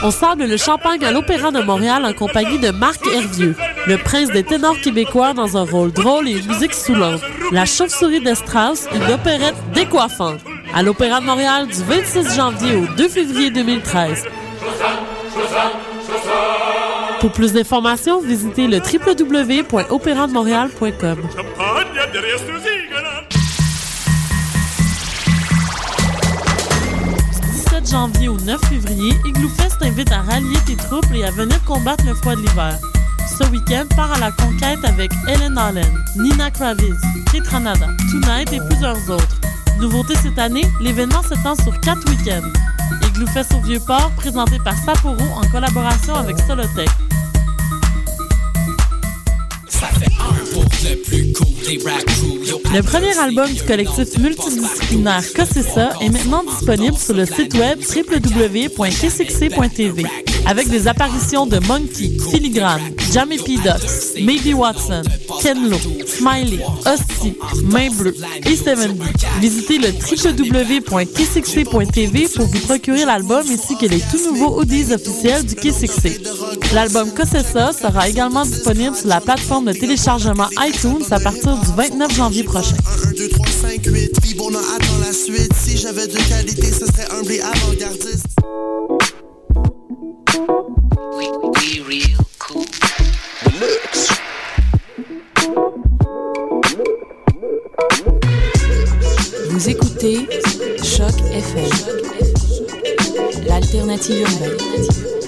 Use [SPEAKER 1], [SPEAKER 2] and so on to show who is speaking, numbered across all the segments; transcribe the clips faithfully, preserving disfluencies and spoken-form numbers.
[SPEAKER 1] On sable le champagne à l'Opéra de Montréal en compagnie de Marc Hervieux, le prince des ténors québécois dans un rôle drôle et une musique soulante. La chauve-souris de Strauss, une opérette décoiffante. À l'Opéra de Montréal du vingt-six janvier au deux février deux mille treize. Pour plus d'informations, visitez le w w w point opéra de montréal point com. Du dix-sept janvier au neuf février, Igloo Fest t'invite à rallier tes troupes et à venir combattre le froid de l'hiver. Ce week-end, pars à la conquête avec Ellen Allen, Nina Kraviz, Kate Ranada, Tonight et plusieurs autres. Nouveauté cette année, l'événement s'étend sur quatre week-ends. Igloo Fest au Vieux-Port, présenté par Sapporo en collaboration avec Solotech. Le premier album du collectif multidisciplinaire Cossessa est maintenant disponible sur le site web w w w point k six c point t v avec des apparitions de Monkey, Filigrane, Jamie P. Ducks, Maybe Watson, Ken Lo, Smiley, Hostie, Main Bleue et Seven D. Visitez le w w w point k six c point t v pour vous procurer l'album ainsi que les tout nouveaux hoodies officiels du K six C. L'album Cossessa sera également disponible sur la plateforme de téléchargement iTunes à partir du vingt-neuf janvier prochain.
[SPEAKER 2] un, deux, trois, cinq, huit, Bibona attend la suite. Si j'avais de qualité, ce serait humble et avant-gardiste.
[SPEAKER 3] We, we real cool.
[SPEAKER 2] Deluxe.
[SPEAKER 4] Vous écoutez Choc F M, l'alternative urbaine.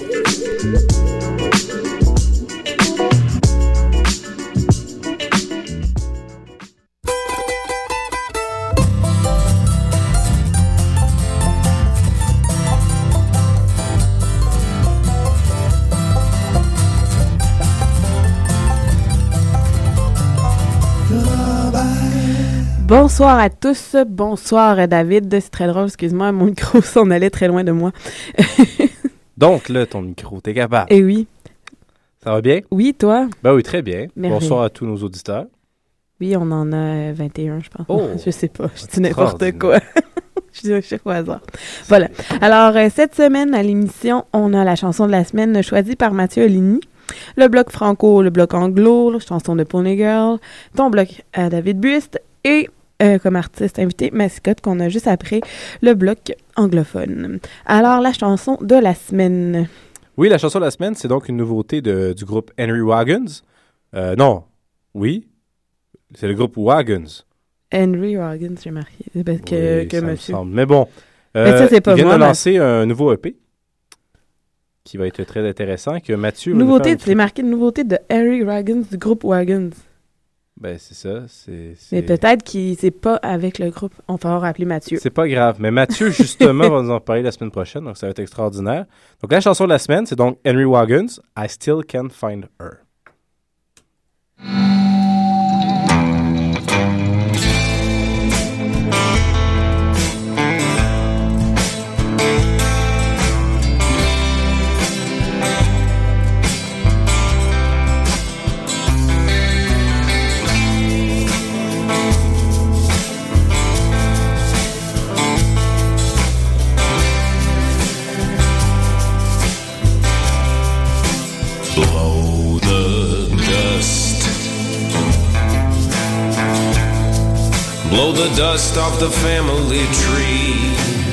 [SPEAKER 5] Bonsoir à tous, bonsoir David, c'est très drôle, excuse-moi, mon micro s'en allait très loin de moi.
[SPEAKER 6] Donc là, ton micro, t'es capable.
[SPEAKER 5] Eh oui.
[SPEAKER 6] Ça va bien?
[SPEAKER 5] Oui, toi?
[SPEAKER 6] Ben oui, très bien.
[SPEAKER 5] Merveille.
[SPEAKER 6] Bonsoir à tous nos auditeurs.
[SPEAKER 5] Oui, on en a vingt et un, je pense.
[SPEAKER 6] Oh!
[SPEAKER 5] Je sais pas, je dis n'importe quoi. Je dis un chiffre au hasard. Voilà. Alors, euh, cette semaine, à l'émission, on a la chanson de la semaine choisie par Mathieu Oligny. Le bloc franco, le bloc anglo, la chanson de Pony Girl, ton bloc à David Buist et euh, comme artiste invité, Mascotte, qu'on a juste après le bloc anglophone. Alors, la chanson de la semaine.
[SPEAKER 6] Oui, la chanson de la semaine, c'est donc une nouveauté de, du groupe Henry Wagons. Euh, non, oui, c'est le groupe Wagons.
[SPEAKER 5] Henry Wagons, j'ai marqué. Parce que,
[SPEAKER 6] oui,
[SPEAKER 5] que
[SPEAKER 6] ça
[SPEAKER 5] monsieur.
[SPEAKER 6] me semble. Mais bon, euh,
[SPEAKER 5] Mais ça, c'est pas
[SPEAKER 6] il vient
[SPEAKER 5] moi,
[SPEAKER 6] de
[SPEAKER 5] ma-
[SPEAKER 6] lancer un nouveau E P qui va être très intéressant, que Mathieu va nous
[SPEAKER 5] Nouveauté,
[SPEAKER 6] faire une-
[SPEAKER 5] c'est marqué nouveauté de Henry Wagons du groupe Wagons.
[SPEAKER 6] Ben, c'est ça. C'est,
[SPEAKER 5] Mais
[SPEAKER 6] c'est...
[SPEAKER 5] peut-être qu'il c'est pas avec le groupe. On va falloir rappeler Mathieu.
[SPEAKER 6] C'est pas grave. Mais Mathieu, justement, va nous en parler la semaine prochaine, donc ça va être extraordinaire. Donc, la chanson de la semaine, c'est donc Henry Wagons, I Still Can't Find Her.
[SPEAKER 7] Blow the dust. Blow the dust off the family tree.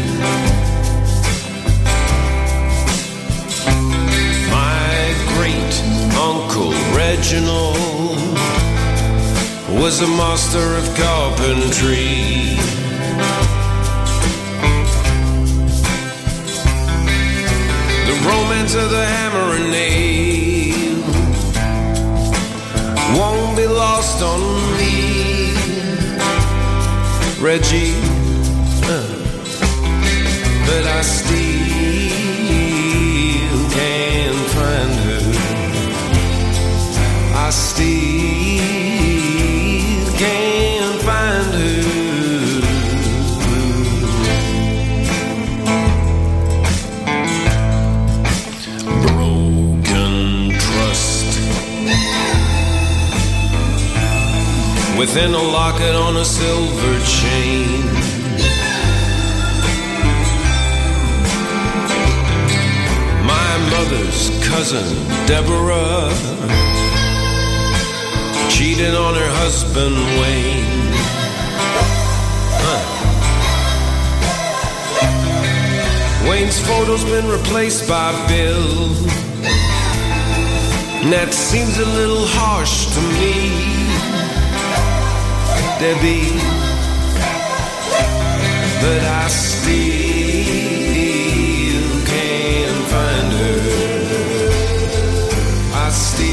[SPEAKER 7] My great uncle Reginald was a master of carpentry. The romance of the hammer and nail won't be lost on me, Reggie, uh, but I still can't find her. I still can't find her. Broken trust within a locket on a silver chain. My brother's cousin, Deborah, cheated on her husband, Wayne. Huh. Wayne's photo's been replaced by Bill. And that seems a little harsh to me, Debbie, but I still can't find her. I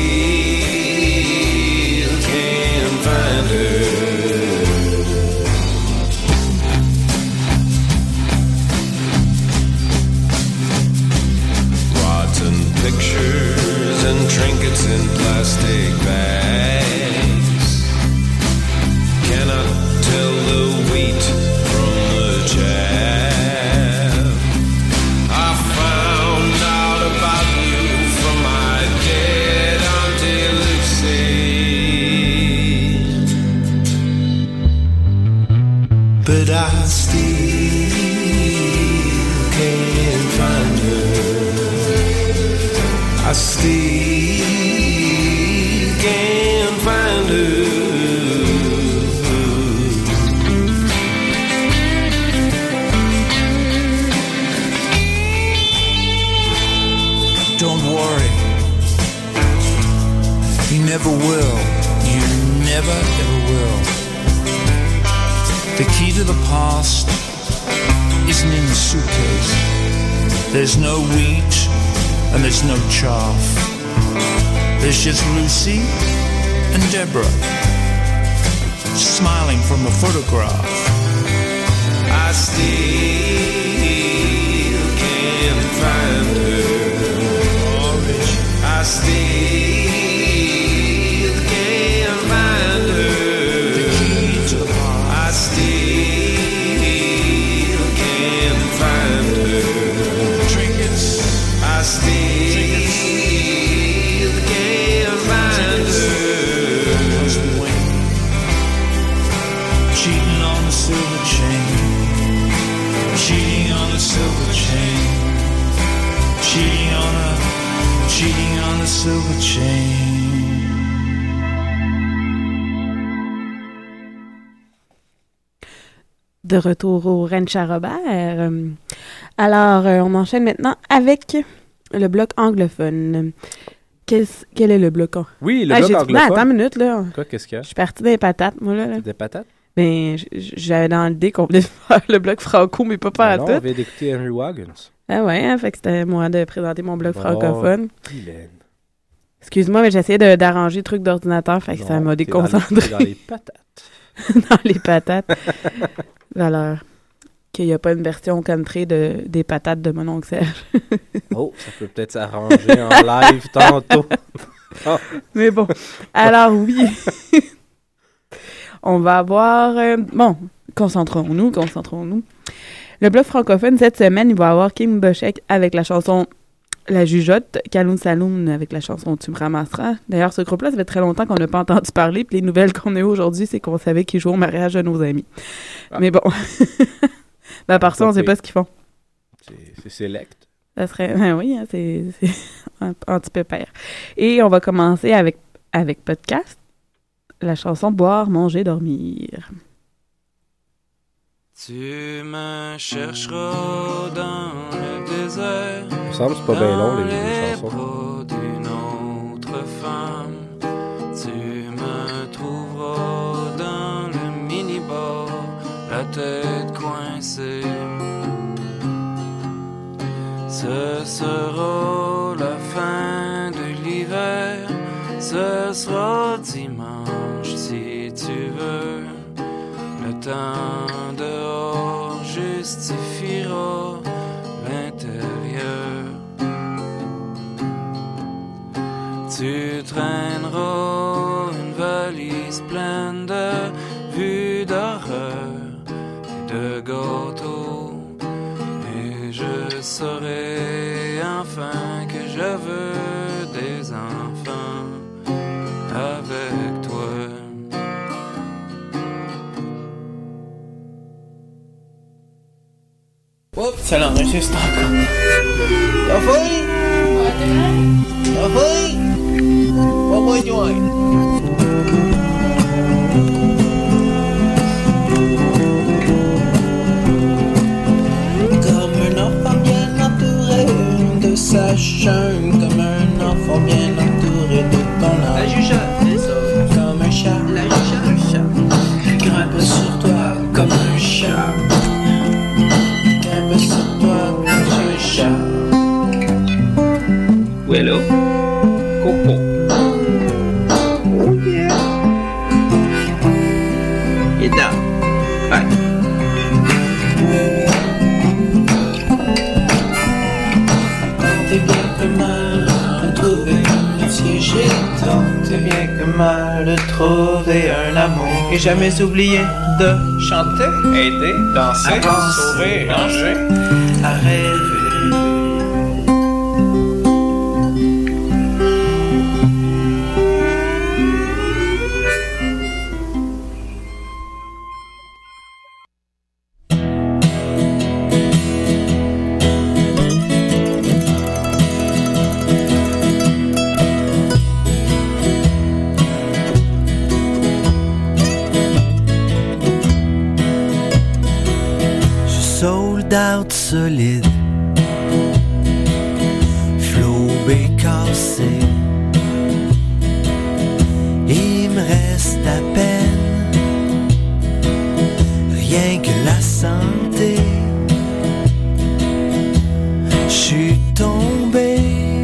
[SPEAKER 7] still can't find her. Rotten pictures and trinkets in plastic bags cannot tell the wheat from the chaff. I found out about you from my dead Auntie Lucy, but I still can't find her. I still can't find her.
[SPEAKER 8] Don't worry, you never will. You never ever will. The key to the past isn't in the suitcase. There's no wheat and there's no chaff. There's just Lucy and Deborah smiling from a photograph.
[SPEAKER 7] I still can't find her. I still can't find her.
[SPEAKER 8] The key to the past.
[SPEAKER 7] I still can't find her.
[SPEAKER 8] Trinkets.
[SPEAKER 7] I still can't find her.
[SPEAKER 8] Husband Wayne cheating on the silver chain. Cheating on the silver chain. Cheating on a cheating on the silver chain.
[SPEAKER 5] De retour au Ranch à Robert. Alors, euh, on enchaîne maintenant avec le bloc anglophone. Qu'est-ce, quel est le bloc anglophone?
[SPEAKER 6] Oui, le
[SPEAKER 5] ah,
[SPEAKER 6] bloc
[SPEAKER 5] j'ai
[SPEAKER 6] anglophone.
[SPEAKER 5] Dit, attends une minute, là.
[SPEAKER 6] Quoi, qu'est-ce qu'il y a?
[SPEAKER 5] Je suis partie des patates, moi, là. là.
[SPEAKER 6] Des patates?
[SPEAKER 5] Ben, j'avais dans l'idée qu'on venait de faire le bloc franco, mais pas pas à
[SPEAKER 6] non,
[SPEAKER 5] tout.
[SPEAKER 6] on vient d'écouter Henry Waggins.
[SPEAKER 5] Ah ouais, hein, fait que c'était moi de présenter mon bloc
[SPEAKER 6] Bon,
[SPEAKER 5] francophone.
[SPEAKER 6] Guylaine.
[SPEAKER 5] Excuse-moi, mais j'essayais de, d'arranger le truc d'ordinateur, fait que
[SPEAKER 6] Non,
[SPEAKER 5] ça m'a
[SPEAKER 6] t'es
[SPEAKER 5] déconcentré.
[SPEAKER 6] Dans les, dans les patates.
[SPEAKER 5] Dans les patates. Alors, qu'il n'y a pas une version country de, des patates de mon oncle Serge.
[SPEAKER 6] Oh, ça peut peut-être s'arranger en live tantôt. Oh.
[SPEAKER 5] Mais bon, alors oui. On va avoir... Euh, bon, concentrons-nous, concentrons-nous. Le bloc francophone, cette semaine, il va avoir Kim Boschek avec la chanson La Jugeote, Kaloun Saloun avec la chanson Tu me ramasseras. D'ailleurs, ce groupe-là, ça fait très longtemps qu'on n'a pas entendu parler, puis les nouvelles qu'on a eues aujourd'hui, c'est qu'on savait qu'ils jouent au mariage de nos amis. Ah. Mais bon. Ben, à part ça, on ne sait pas ce qu'ils font.
[SPEAKER 6] C'est, c'est select.
[SPEAKER 5] Ça serait... Ben oui, hein, c'est, c'est anti-pépère. Et on va commencer avec, avec podcast. La chanson Boire, manger, dormir.
[SPEAKER 9] Tu me chercheras dans le désert.
[SPEAKER 6] Il me semble que c'est pas bien long, les, les chansons.
[SPEAKER 9] D'une autre femme. Tu me trouveras dans le mini-bar, la tête coincée. Ce sera la fin de l'hiver. Ce sera dimanche si tu veux. Le temps dehors justifiera l'intérieur. Tu traîneras une valise pleine de vues d'horreur et de gâteaux. Et je saurai enfin que je veux des enfants avec toi.
[SPEAKER 8] Oups, ça l'enregistre encore. T'as faim?
[SPEAKER 10] Comme un enfant bien entouré de sa chaîne, comme un enfant bien entouré de ton âme. La jugeote, c'est ça. Comme un chat, la jugeote, un chat. Grimpe sur toi comme un chat. Grimpe sur toi comme un chat.
[SPEAKER 11] Willow, Coco.
[SPEAKER 10] Oh yeah.
[SPEAKER 11] Get down. Bye.
[SPEAKER 10] Tant bien que mal de trouver un métier, j'ai tant bien que mal de trouver un amour. Et jamais oublié de chanter, aider, danser, sourire, manger, à rêver.
[SPEAKER 12] Sold out solide, flobé cassé. Il me reste à peine rien que la santé. J'suis tombé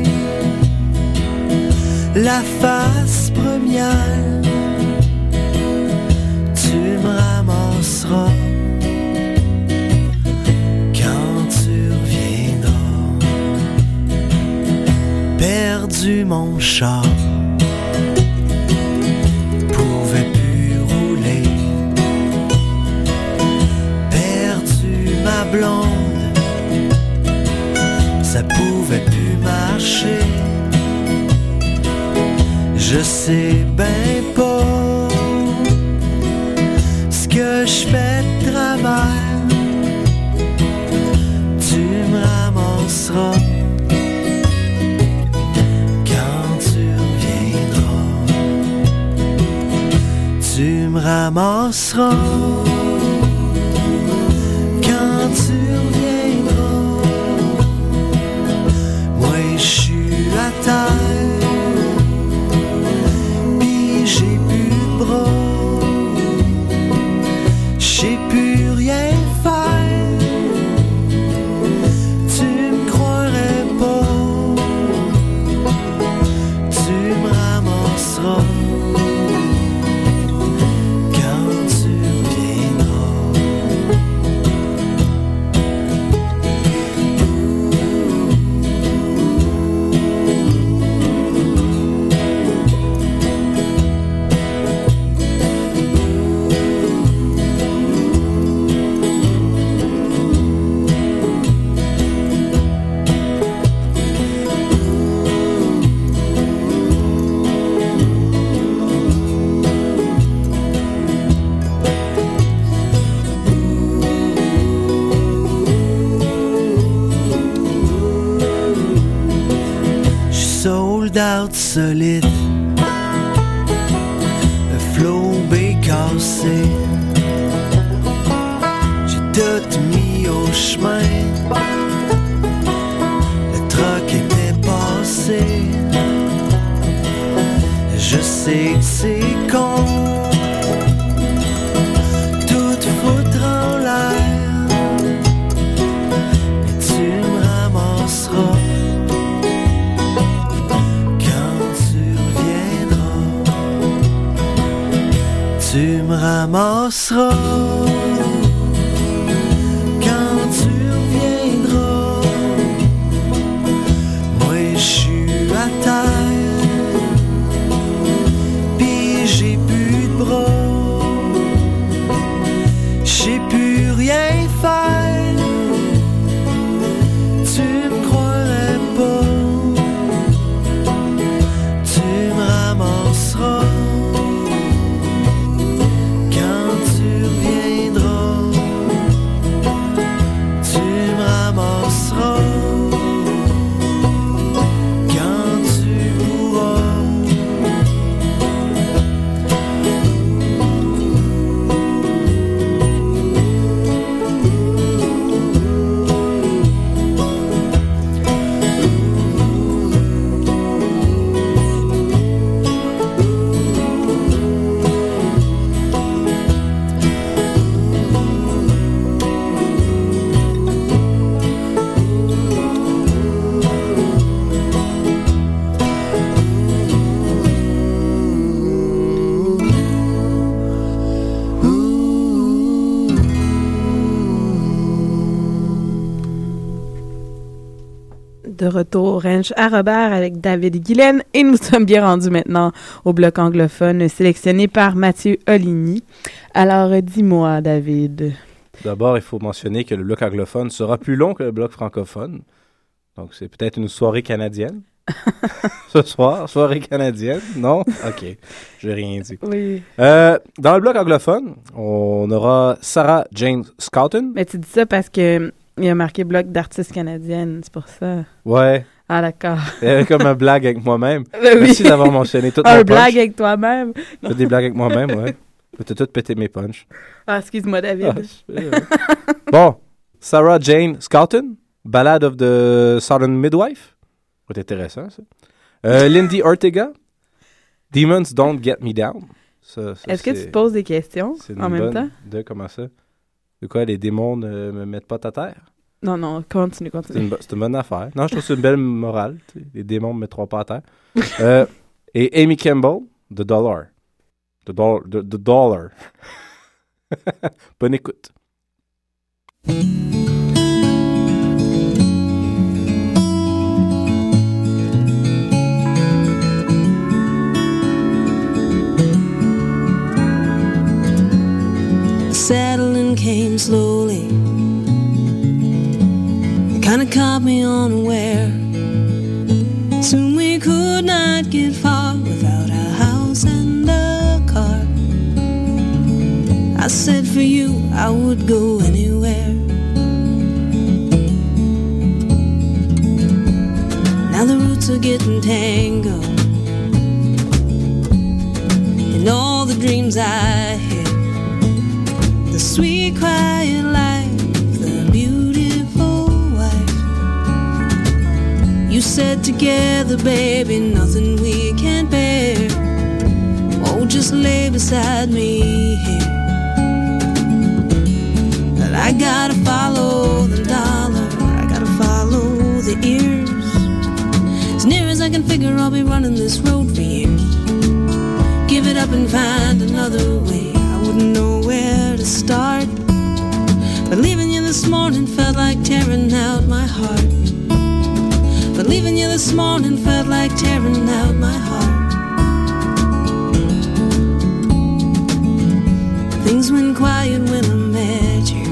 [SPEAKER 12] la face première. Tu me ramasseras perdu mon char, pouvais plus rouler, perdu ma blonde, ça pouvait plus marcher. Je sais ben pas ce que je fais de travers. Tu me ramasseras tu me ramasseras quand tu reviendras. Moi j'suis à terre, pis j'ai plus de bras, j'sais plus rien faire. Tu me croirais pas, tu me ramasseras out solide, le flobé cassé. J'ai tout mis au chemin, le truck était passé. Je sais que c'est con, tout foutre en l'air, mais tu me ramasseras tu me ramasseras quand tu reviendras. Moi j'suis à terre, pis j'ai plus de bras, j'sais plus rien faire. Tu me croirais pas, tu me ramasseras quand
[SPEAKER 5] de retour au ranch à Robert avec David Guylaine et nous sommes bien rendus maintenant au bloc anglophone sélectionné par Mathieu Oligny. Alors, euh, dis-moi, David.
[SPEAKER 6] D'abord, il faut mentionner que le bloc anglophone sera plus long que le bloc francophone. Donc, c'est peut-être une soirée canadienne. Ce soir, soirée canadienne, non? OK, je n'ai rien dit.
[SPEAKER 5] Oui.
[SPEAKER 6] Euh, dans le bloc anglophone, on aura Sarah Jane Scouten.
[SPEAKER 5] Mais tu dis ça parce que il y a marqué bloc d'artistes canadiennes, c'est pour ça.
[SPEAKER 6] Ouais.
[SPEAKER 5] Ah, d'accord.
[SPEAKER 6] C'est comme un blague avec moi-même.
[SPEAKER 5] Ben oui.
[SPEAKER 6] Merci d'avoir mentionné tout
[SPEAKER 5] Un
[SPEAKER 6] mon
[SPEAKER 5] blague
[SPEAKER 6] punch.
[SPEAKER 5] avec toi-même.
[SPEAKER 6] Je fais des blagues avec moi-même, ouais. Je vais tout péter mes punchs.
[SPEAKER 5] Ah, excuse-moi, David.
[SPEAKER 6] Ah, c'est- ouais. Bon, Sarah Jane Scouten, Ballad of the Southern Midwife. C'est intéressant, ça. Euh, Lindy Ortega, Demons Don't Get Me Down. Ça, ça,
[SPEAKER 5] Est-ce que
[SPEAKER 6] c'est-
[SPEAKER 5] tu te poses des questions
[SPEAKER 6] c'est une
[SPEAKER 5] en même
[SPEAKER 6] bonne-
[SPEAKER 5] temps?
[SPEAKER 6] De comment ça? De quoi, les démons ne me mettent pas à terre?
[SPEAKER 5] Non, non, continue,
[SPEAKER 6] C'est
[SPEAKER 5] continue.
[SPEAKER 6] une, bo- c'est une bonne affaire. Non, je trouve que c'est une belle morale. tu sais. Les démons ne me mettront pas à terre. Euh, et Amy Campbell, The Dollar. The, doll- the, the Dollar. Bonne écoute.
[SPEAKER 13] The settling came slowly. It kinda caught me unaware. Soon we could not get far without a house and a car. I said for you I would go anywhere. Now the roots are getting tangled in all the dreams I had. The sweet quiet life, the beautiful wife. You said together, baby, nothing we can't bear. Oh, just lay beside me here. But I gotta follow the dollar, I gotta follow the ears. As near as I can figure, I'll be running this road for years. Give it up and find another way. I wouldn't know where to start. But leaving you this morning felt like tearing out my heart. But leaving you this morning felt like tearing out my heart. Things went quiet when I met you,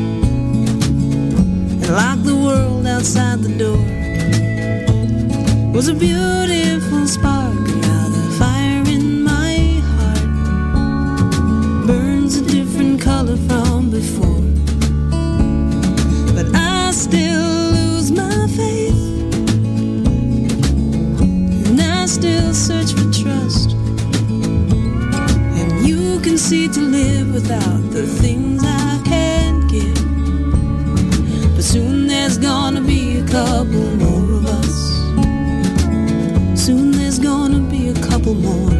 [SPEAKER 13] and locked the world outside the door. It was a beautiful spark, and now the fire in my heart burns a different color from before. But I still lose my faith, and I still search for trust. And you can see to live without the things I can't give. But soon there's gonna be a couple more of us. Soon there's gonna be a couple more.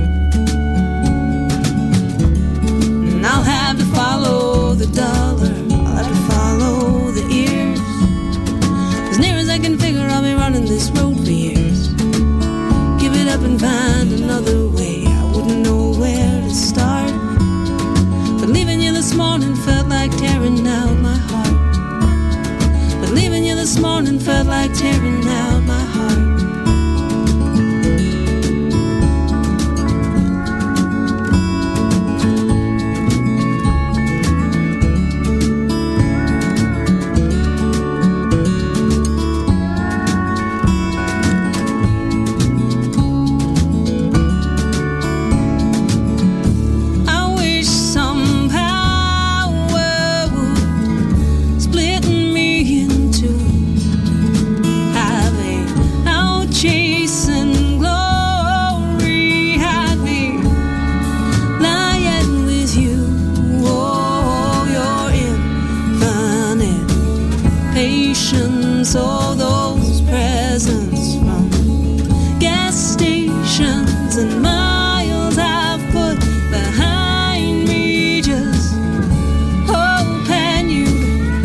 [SPEAKER 13] And I'll have to follow the dollar, I'll have to follow the ears. As near as I can figure, I'll be running this road for years. Give it up and find another way. I wouldn't know where to start. But leaving you this morning felt like tearing out my heart. But leaving you this morning felt like tearing out my heart. I wish some power would split me in two. Have a out chasing glory, have me lying with you. Oh, your infinite patience, all those presents from gas stations and miles I've put behind me. Just hoping you'd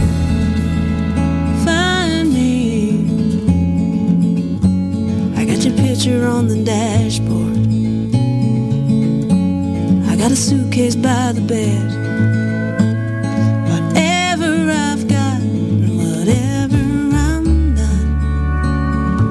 [SPEAKER 13] find me. I got your picture on the dashboard. I got a suitcase by the bed. Whatever I've got and whatever I'm not,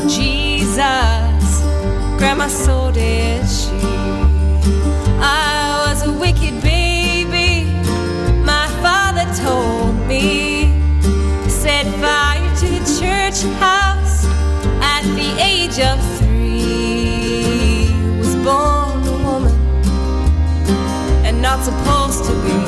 [SPEAKER 14] Jesus, Grandma, so did she. I was a wicked baby, my father told me. Set fire to the church house at the age of three. Was born a woman and not supposed to be.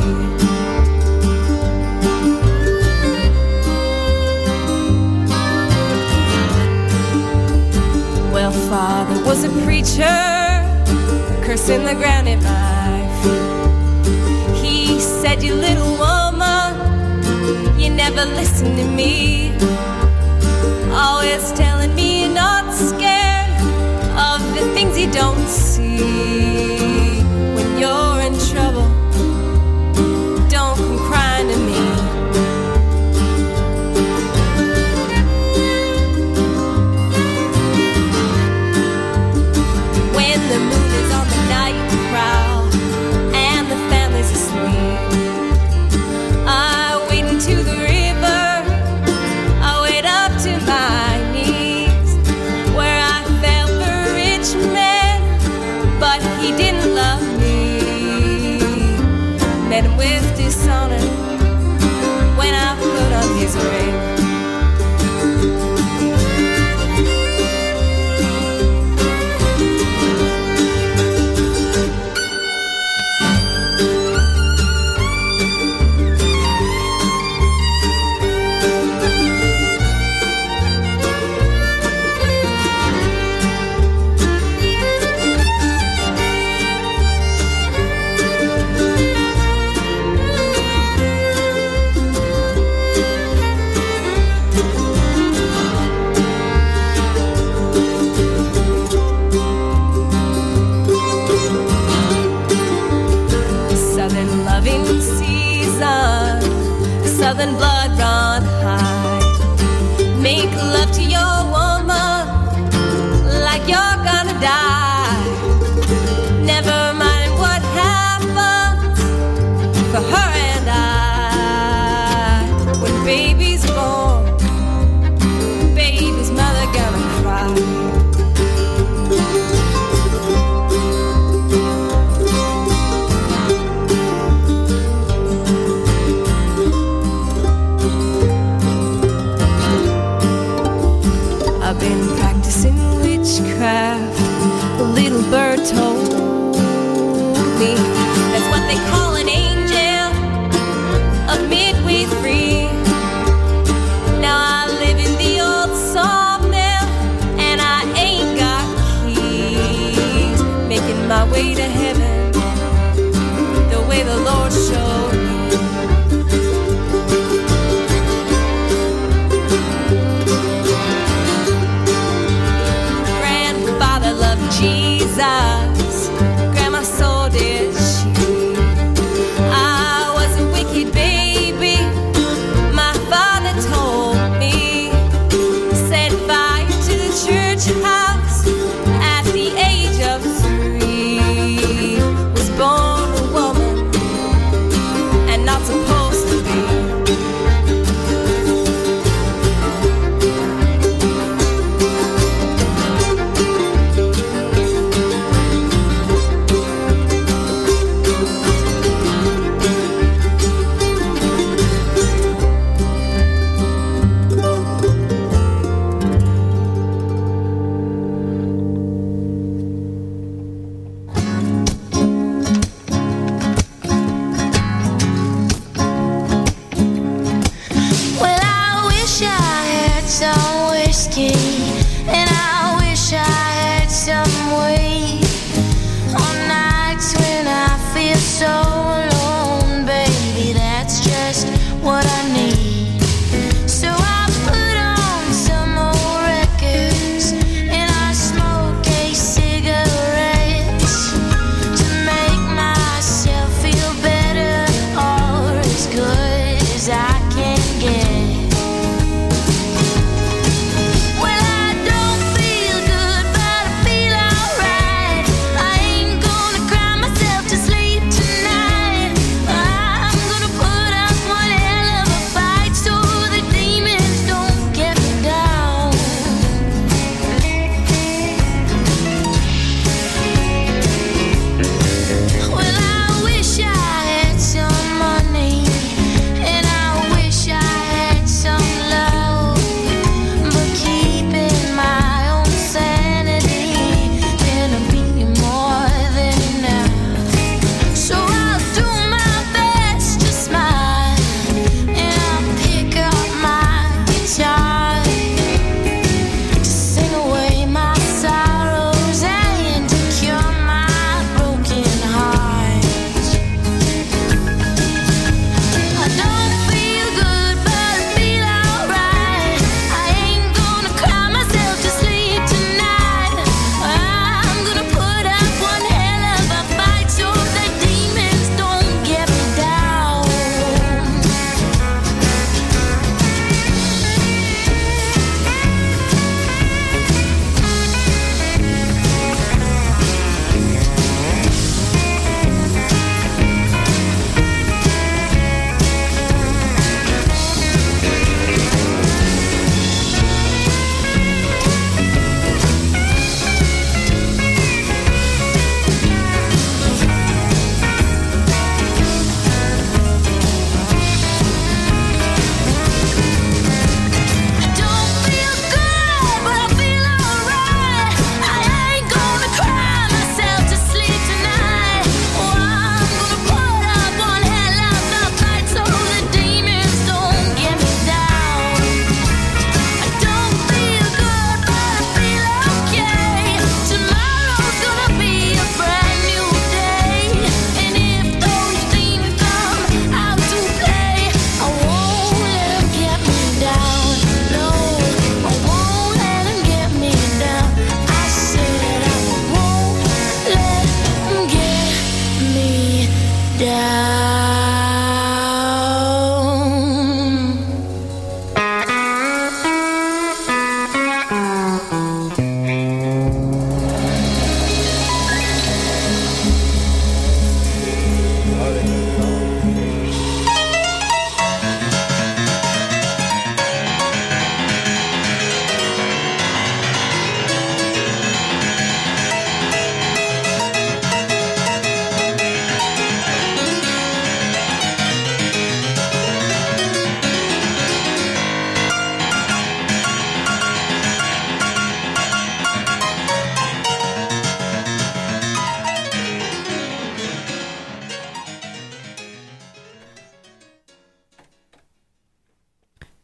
[SPEAKER 14] Well, father was a preacher, cursing the ground at my feet. He said, you little woman, you never listen to me. Always telling me you're not scared of the things you don't see. When you're in trouble, don't come crying to me. When the moon is on the night prowl and the family's asleep, I wade into the river, I wade up to my knees, where I fell for a rich man, but he didn't love me. Met him with dishonor when I put on his ring. Southern blood run high. Make love to your woman like you're gonna die. Never mind what happens for her and I. When baby's born, baby's mother gonna cry. I've been practicing witchcraft, the little bird told me. That's what they call an angel of midway three. Now I live in the old sawmill and I ain't got keys. Making my way to heaven the way the Lord showed me. Jesus, Grandma, so did she. I was a wicked baby, my father told me. Set fire to the church house at the age of three. Was born a woman and not supposed to be.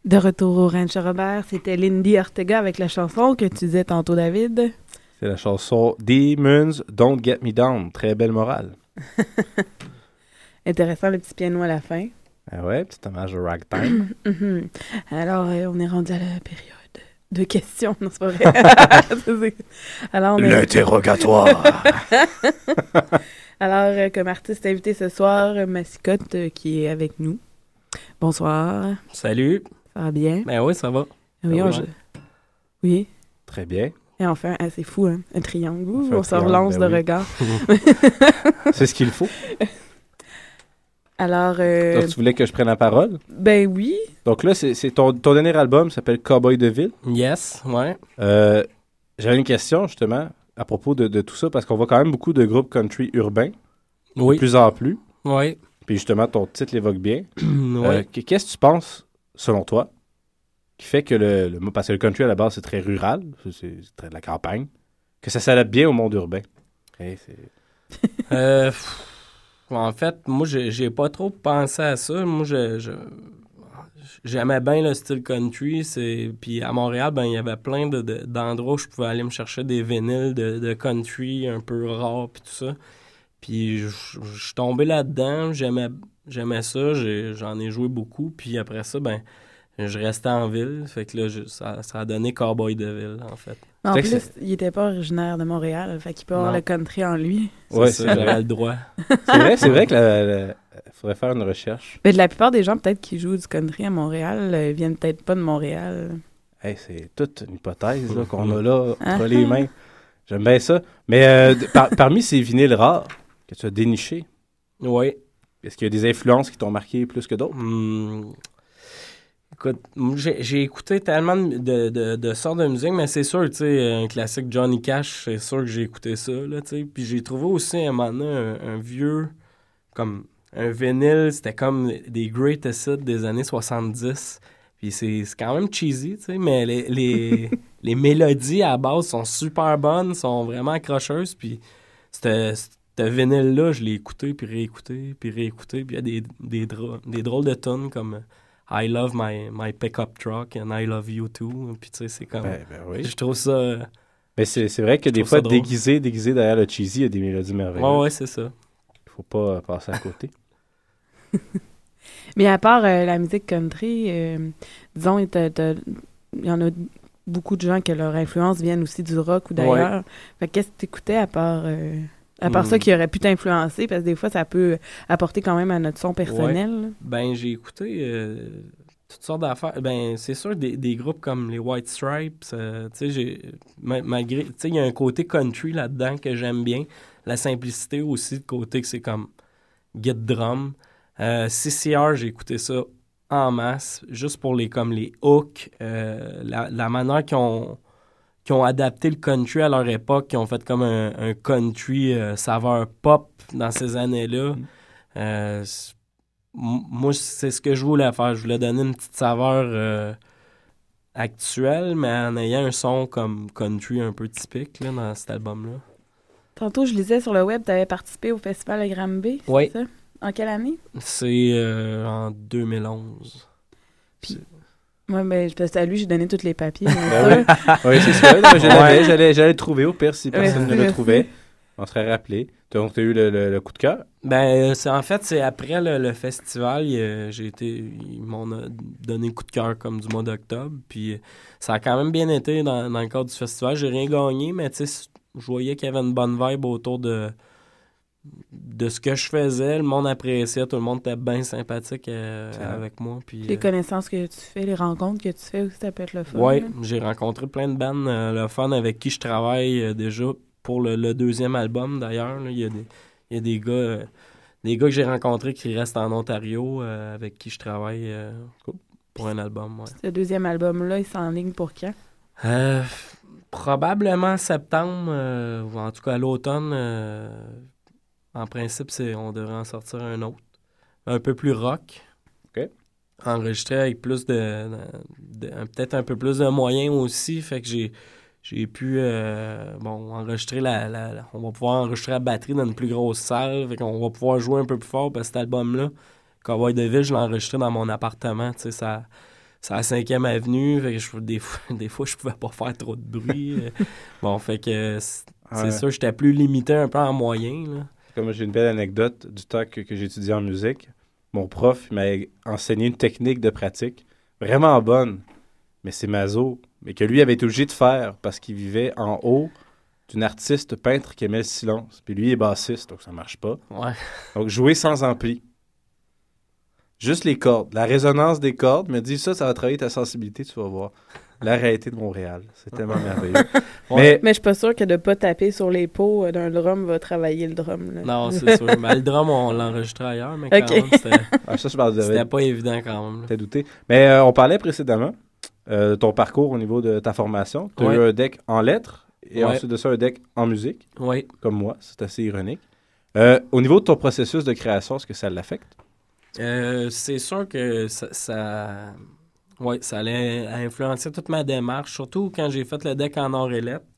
[SPEAKER 5] De retour au Rancho Robert, c'était Lindy Ortega avec la chanson que tu disais tantôt, David.
[SPEAKER 6] C'est la chanson Demons Don't Get Me Down. Très belle morale.
[SPEAKER 5] Intéressant, le petit piano à la fin.
[SPEAKER 6] Ah ouais, petit hommage au ragtime.
[SPEAKER 5] Mm-hmm. Alors, euh, on est rendu à la période de questions. Non, c'est pas vrai. Alors, on est...
[SPEAKER 6] L'interrogatoire.
[SPEAKER 5] Alors, euh, comme artiste invité ce soir, euh, Mascotte euh, qui est avec nous. Bonsoir.
[SPEAKER 15] Salut.
[SPEAKER 5] Ça va bien?
[SPEAKER 15] Ben oui, ça va.
[SPEAKER 5] Oui,
[SPEAKER 15] ça
[SPEAKER 5] on...
[SPEAKER 15] va.
[SPEAKER 5] je... oui.
[SPEAKER 6] Très bien.
[SPEAKER 5] Et enfin, ah, c'est fou, hein? Un triangle. Ouh,
[SPEAKER 6] on
[SPEAKER 5] on se relance
[SPEAKER 6] ben
[SPEAKER 5] de
[SPEAKER 6] oui.
[SPEAKER 5] regard.
[SPEAKER 6] C'est ce qu'il faut.
[SPEAKER 5] Alors, euh...
[SPEAKER 6] Donc, tu voulais que je prenne la parole?
[SPEAKER 5] Ben oui.
[SPEAKER 6] Donc là, c'est, c'est ton, ton dernier album s'appelle Cowboy de ville.
[SPEAKER 15] Yes, ouais.
[SPEAKER 6] Euh, j'avais une question, justement, à propos de, de tout ça, parce qu'on voit quand même beaucoup de groupes country urbains.
[SPEAKER 15] Oui.
[SPEAKER 6] De plus en plus.
[SPEAKER 15] Oui.
[SPEAKER 6] Puis justement, ton titre l'évoque bien.
[SPEAKER 15] Oui.
[SPEAKER 6] Euh, qu'est-ce que tu penses, selon toi, qui fait que le, le... Parce que le country, à la base, c'est très rural. C'est, c'est très de la campagne. Que ça s'adapte bien au monde urbain. Hey, c'est...
[SPEAKER 15] euh... Pff, en fait, moi, j'ai, j'ai pas trop pensé à ça. Moi, je... je... J'aimais bien le style country. C'est... Puis à Montréal, ben il y avait plein de, de, d'endroits où je pouvais aller me chercher des vinyles de, de country un peu rares puis tout ça. Puis je, je, je suis tombé là-dedans. J'aimais, j'aimais ça. J'ai, j'en ai joué beaucoup. Puis après ça, ben je restais en ville. Fait que là, je, ça, ça a donné Cowboy de ville, en fait.
[SPEAKER 5] En plus, c'est... il était pas originaire de Montréal. Fait qu'il peut avoir
[SPEAKER 15] non.
[SPEAKER 5] le country en lui.
[SPEAKER 15] C'est ouais, ça, j'avais le droit.
[SPEAKER 6] C'est vrai, c'est vrai que la, la... faudrait faire une recherche.
[SPEAKER 5] Mais de la plupart des gens, peut-être, qui jouent du country à Montréal, euh, viennent peut-être pas de Montréal.
[SPEAKER 6] Hey, c'est toute une hypothèse là, qu'on a là entre les mains. J'aime bien ça. Mais euh, par, parmi ces vinyles rares que tu as dénichés,
[SPEAKER 15] oui.
[SPEAKER 6] Est-ce qu'il y a des influences qui t'ont marqué plus que d'autres?
[SPEAKER 15] Hum, écoute, j'ai, j'ai écouté tellement de, de, de sortes de musique, mais c'est sûr, tu sais, un classique Johnny Cash, c'est sûr que j'ai écouté ça, là, tu sais. Puis j'ai trouvé aussi à un moment donné un, un vieux, comme un vinyle, c'était comme des greatest hits des années soixante-dix. Puis c'est, c'est quand même cheesy, tu sais, mais les, les, les mélodies à la base sont super bonnes, sont vraiment accrocheuses. Puis ce vinyle-là, je l'ai écouté, puis réécouté, puis réécouté. Puis il y a des, des, dro- des drôles de tunes comme I Love My, my Pickup Truck and I Love You Too. Puis tu sais, c'est comme...
[SPEAKER 6] Ben, ben oui.
[SPEAKER 15] Je trouve ça...
[SPEAKER 6] Mais c'est, c'est vrai que des fois, déguisé, déguisé derrière le cheesy, il y a des mélodies merveilleuses.
[SPEAKER 15] Ouais, ouais, c'est ça.
[SPEAKER 6] Il faut pas euh, passer à côté.
[SPEAKER 5] Mais à part euh, la musique country, euh, disons, il y en a beaucoup de gens que leur influence viennent aussi du rock ou d'ailleurs. Ouais. Fait qu'est-ce que tu écoutais à part, euh, à part mm. ça qui aurait pu t'influencer? Parce que des fois, ça peut apporter quand même à notre son personnel.
[SPEAKER 15] Ouais. Ben, j'ai écouté euh, toutes sortes d'affaires. Ben, c'est sûr, des, des groupes comme les White Stripes, euh, tu sais, j'ai, ma, malgré, tu sais, il y a un côté country là-dedans que j'aime bien. La simplicité aussi, le côté que c'est comme git drum. Euh, C C R, j'ai écouté ça en masse, juste pour les comme les hooks, euh, la, la manière qu'ils ont, qu'ils ont adapté le country à leur époque, qu'ils ont fait comme un, un country euh, saveur pop dans ces années-là. Mm. Euh, moi, c'est ce que je voulais faire. Je voulais donner une petite saveur euh, actuelle, mais en ayant un son comme country un peu typique là, dans cet album-là.
[SPEAKER 5] Tantôt, je lisais sur le web, tu avais participé au festival de Granby, c'est
[SPEAKER 15] oui.
[SPEAKER 5] ça? En quelle année?
[SPEAKER 15] C'est euh, en deux mille onze.
[SPEAKER 5] Puis, moi, ben, parce que à lui, j'ai donné tous les papiers.
[SPEAKER 6] Ben oui. oui, c'est ça. Non, je l'avais, j'allais, j'allais le trouver au pire si personne oui, ne le trouvait. On serait rappelé. Donc, tu as eu le, le, le coup de cœur?
[SPEAKER 15] Ben, c'est, en fait, c'est après le, le festival, il, j'ai été, ils m'ont donné le coup de cœur comme du mois d'octobre. Puis ça a quand même bien été dans, dans le cadre du festival. J'ai rien gagné, mais tu sais, je voyais qu'il y avait une bonne vibe autour de... de ce que je faisais, le monde appréciait, tout le monde était bien sympathique euh, avec moi. Puis,
[SPEAKER 5] les
[SPEAKER 15] euh,
[SPEAKER 5] connaissances que tu fais, les rencontres que tu fais aussi, ça peut être le fun.
[SPEAKER 15] Oui, j'ai rencontré plein de bands, euh, le fun avec qui je travaille euh, déjà pour le, le deuxième album d'ailleurs. Il y a des, y a des gars euh, des gars que j'ai rencontrés qui restent en Ontario euh, avec qui je travaille euh, pour un album. Ouais.
[SPEAKER 5] Ce deuxième album-là, il s'enligne pour quand?
[SPEAKER 15] Euh, probablement septembre, euh, ou en tout cas à l'automne. Euh, En principe, c'est, on devrait en sortir un autre. Un peu plus rock.
[SPEAKER 6] OK.
[SPEAKER 15] Enregistré avec plus de... de, de peut-être un peu plus de moyens aussi. Fait que j'ai, j'ai pu... Euh, bon, enregistrer la, la, la... On va pouvoir enregistrer la batterie dans une plus grosse salle. Fait qu'on va pouvoir jouer un peu plus fort parce que cet album-là, Cowboy de ville, je l'ai enregistré dans mon appartement. Tu sais, ça, c'est à la cinquième avenue, fait que je, des, fois, des fois, je pouvais pas faire trop de bruit. Bon, fait que c'est, c'est
[SPEAKER 6] ouais.
[SPEAKER 15] sûr, j'étais plus limité un peu en moyen, là.
[SPEAKER 6] Comme j'ai une belle anecdote du temps que, que j'ai étudié en musique. Mon prof il m'a enseigné une technique de pratique vraiment bonne, mais c'est maso, mais que lui avait été obligé de faire parce qu'il vivait en haut d'une artiste peintre qui aimait le silence. Puis lui, il est bassiste, donc ça marche pas.
[SPEAKER 15] Ouais.
[SPEAKER 6] Donc, jouer sans ampli. Juste les cordes. La résonance des cordes, me dit ça, ça va travailler ta sensibilité, tu vas voir. La réalité de Montréal. C'est tellement merveilleux.
[SPEAKER 15] Ouais.
[SPEAKER 5] Mais, mais je suis pas sûr que de pas taper sur les pots d'un drum va travailler le drum. Là.
[SPEAKER 15] Non, c'est sûr. Mais le drum, on l'enregistrait ailleurs, mais quand
[SPEAKER 5] okay.
[SPEAKER 15] même, c'était,
[SPEAKER 6] ah, ça, je parle de...
[SPEAKER 15] c'était pas évident quand même.
[SPEAKER 6] T'as douté. Mais euh, on parlait précédemment euh, de ton parcours au niveau de ta formation. Tu as
[SPEAKER 15] ouais.
[SPEAKER 6] eu un deck en lettres et
[SPEAKER 15] ouais.
[SPEAKER 6] ensuite de ça, un deck en musique.
[SPEAKER 15] Oui.
[SPEAKER 6] Comme moi. C'est assez ironique. Euh, au niveau de ton processus de création, est-ce que ça l'affecte?
[SPEAKER 15] Euh, c'est sûr que ça, ça... Ouais, ça allait influencer toute ma démarche, surtout quand j'ai fait le deck en or et lettres.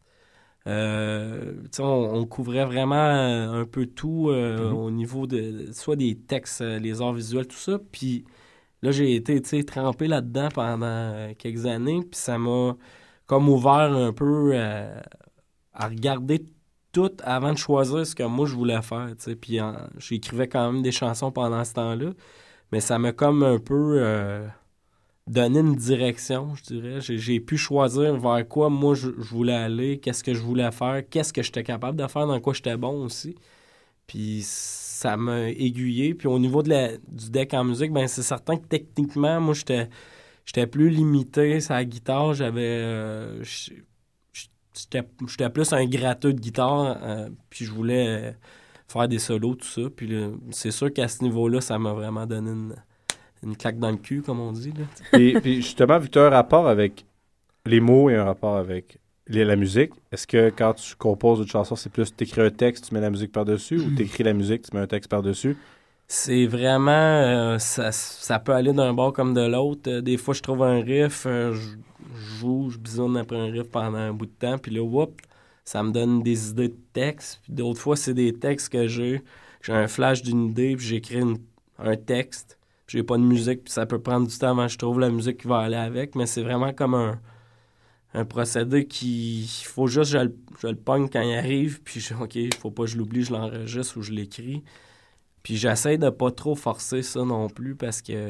[SPEAKER 15] Euh, on, on couvrait vraiment un peu tout euh, mm-hmm. au niveau de soit des textes, les arts visuels, tout ça. Puis là, j'ai été trempé là-dedans pendant quelques années, puis ça m'a comme ouvert un peu euh, à regarder tout avant de choisir ce que moi je voulais faire. Puis j'écrivais quand même des chansons pendant ce temps-là, mais ça m'a comme un peu... Euh, donner une direction, je dirais. J'ai, j'ai pu choisir vers quoi moi je, je voulais aller, qu'est-ce que je voulais faire, qu'est-ce que j'étais capable de faire, dans quoi j'étais bon aussi. Puis ça m'a aiguillé. Puis au niveau de la, du deck en musique, ben c'est certain que techniquement, moi, j'étais, j'étais plus limité sur la guitare. J'avais... Euh, j'étais, j'étais plus un gratteux de guitare, euh, puis je voulais euh, faire des solos, tout ça. Puis là, c'est sûr qu'à ce niveau-là, ça m'a vraiment donné une... une claque dans le cul, comme on dit. Là.
[SPEAKER 6] et puis justement, vu que tu as un rapport avec les mots et un rapport avec les, la musique, est-ce que quand tu composes une chanson, c'est plus tu écris un texte, tu mets la musique par-dessus, ou tu écris la musique, tu mets un texte par-dessus?
[SPEAKER 15] C'est vraiment... Euh, ça, ça peut aller d'un bord comme de l'autre. Euh, des fois, je trouve un riff, euh, je, je joue, je bisonne après un riff pendant un bout de temps, puis là, whoop, ça me donne des idées de texte. Puis d'autres fois, c'est des textes que j'ai. J'ai un flash d'une idée, puis j'écris une, un texte. J'ai pas de musique, puis ça peut prendre du temps avant que je trouve la musique qui va aller avec, mais c'est vraiment comme un, un procédé qui... Il faut juste que je, je le pogne quand il arrive, puis je, OK, il faut pas que je l'oublie, je l'enregistre ou je l'écris. Puis j'essaie de pas trop forcer ça non plus, parce que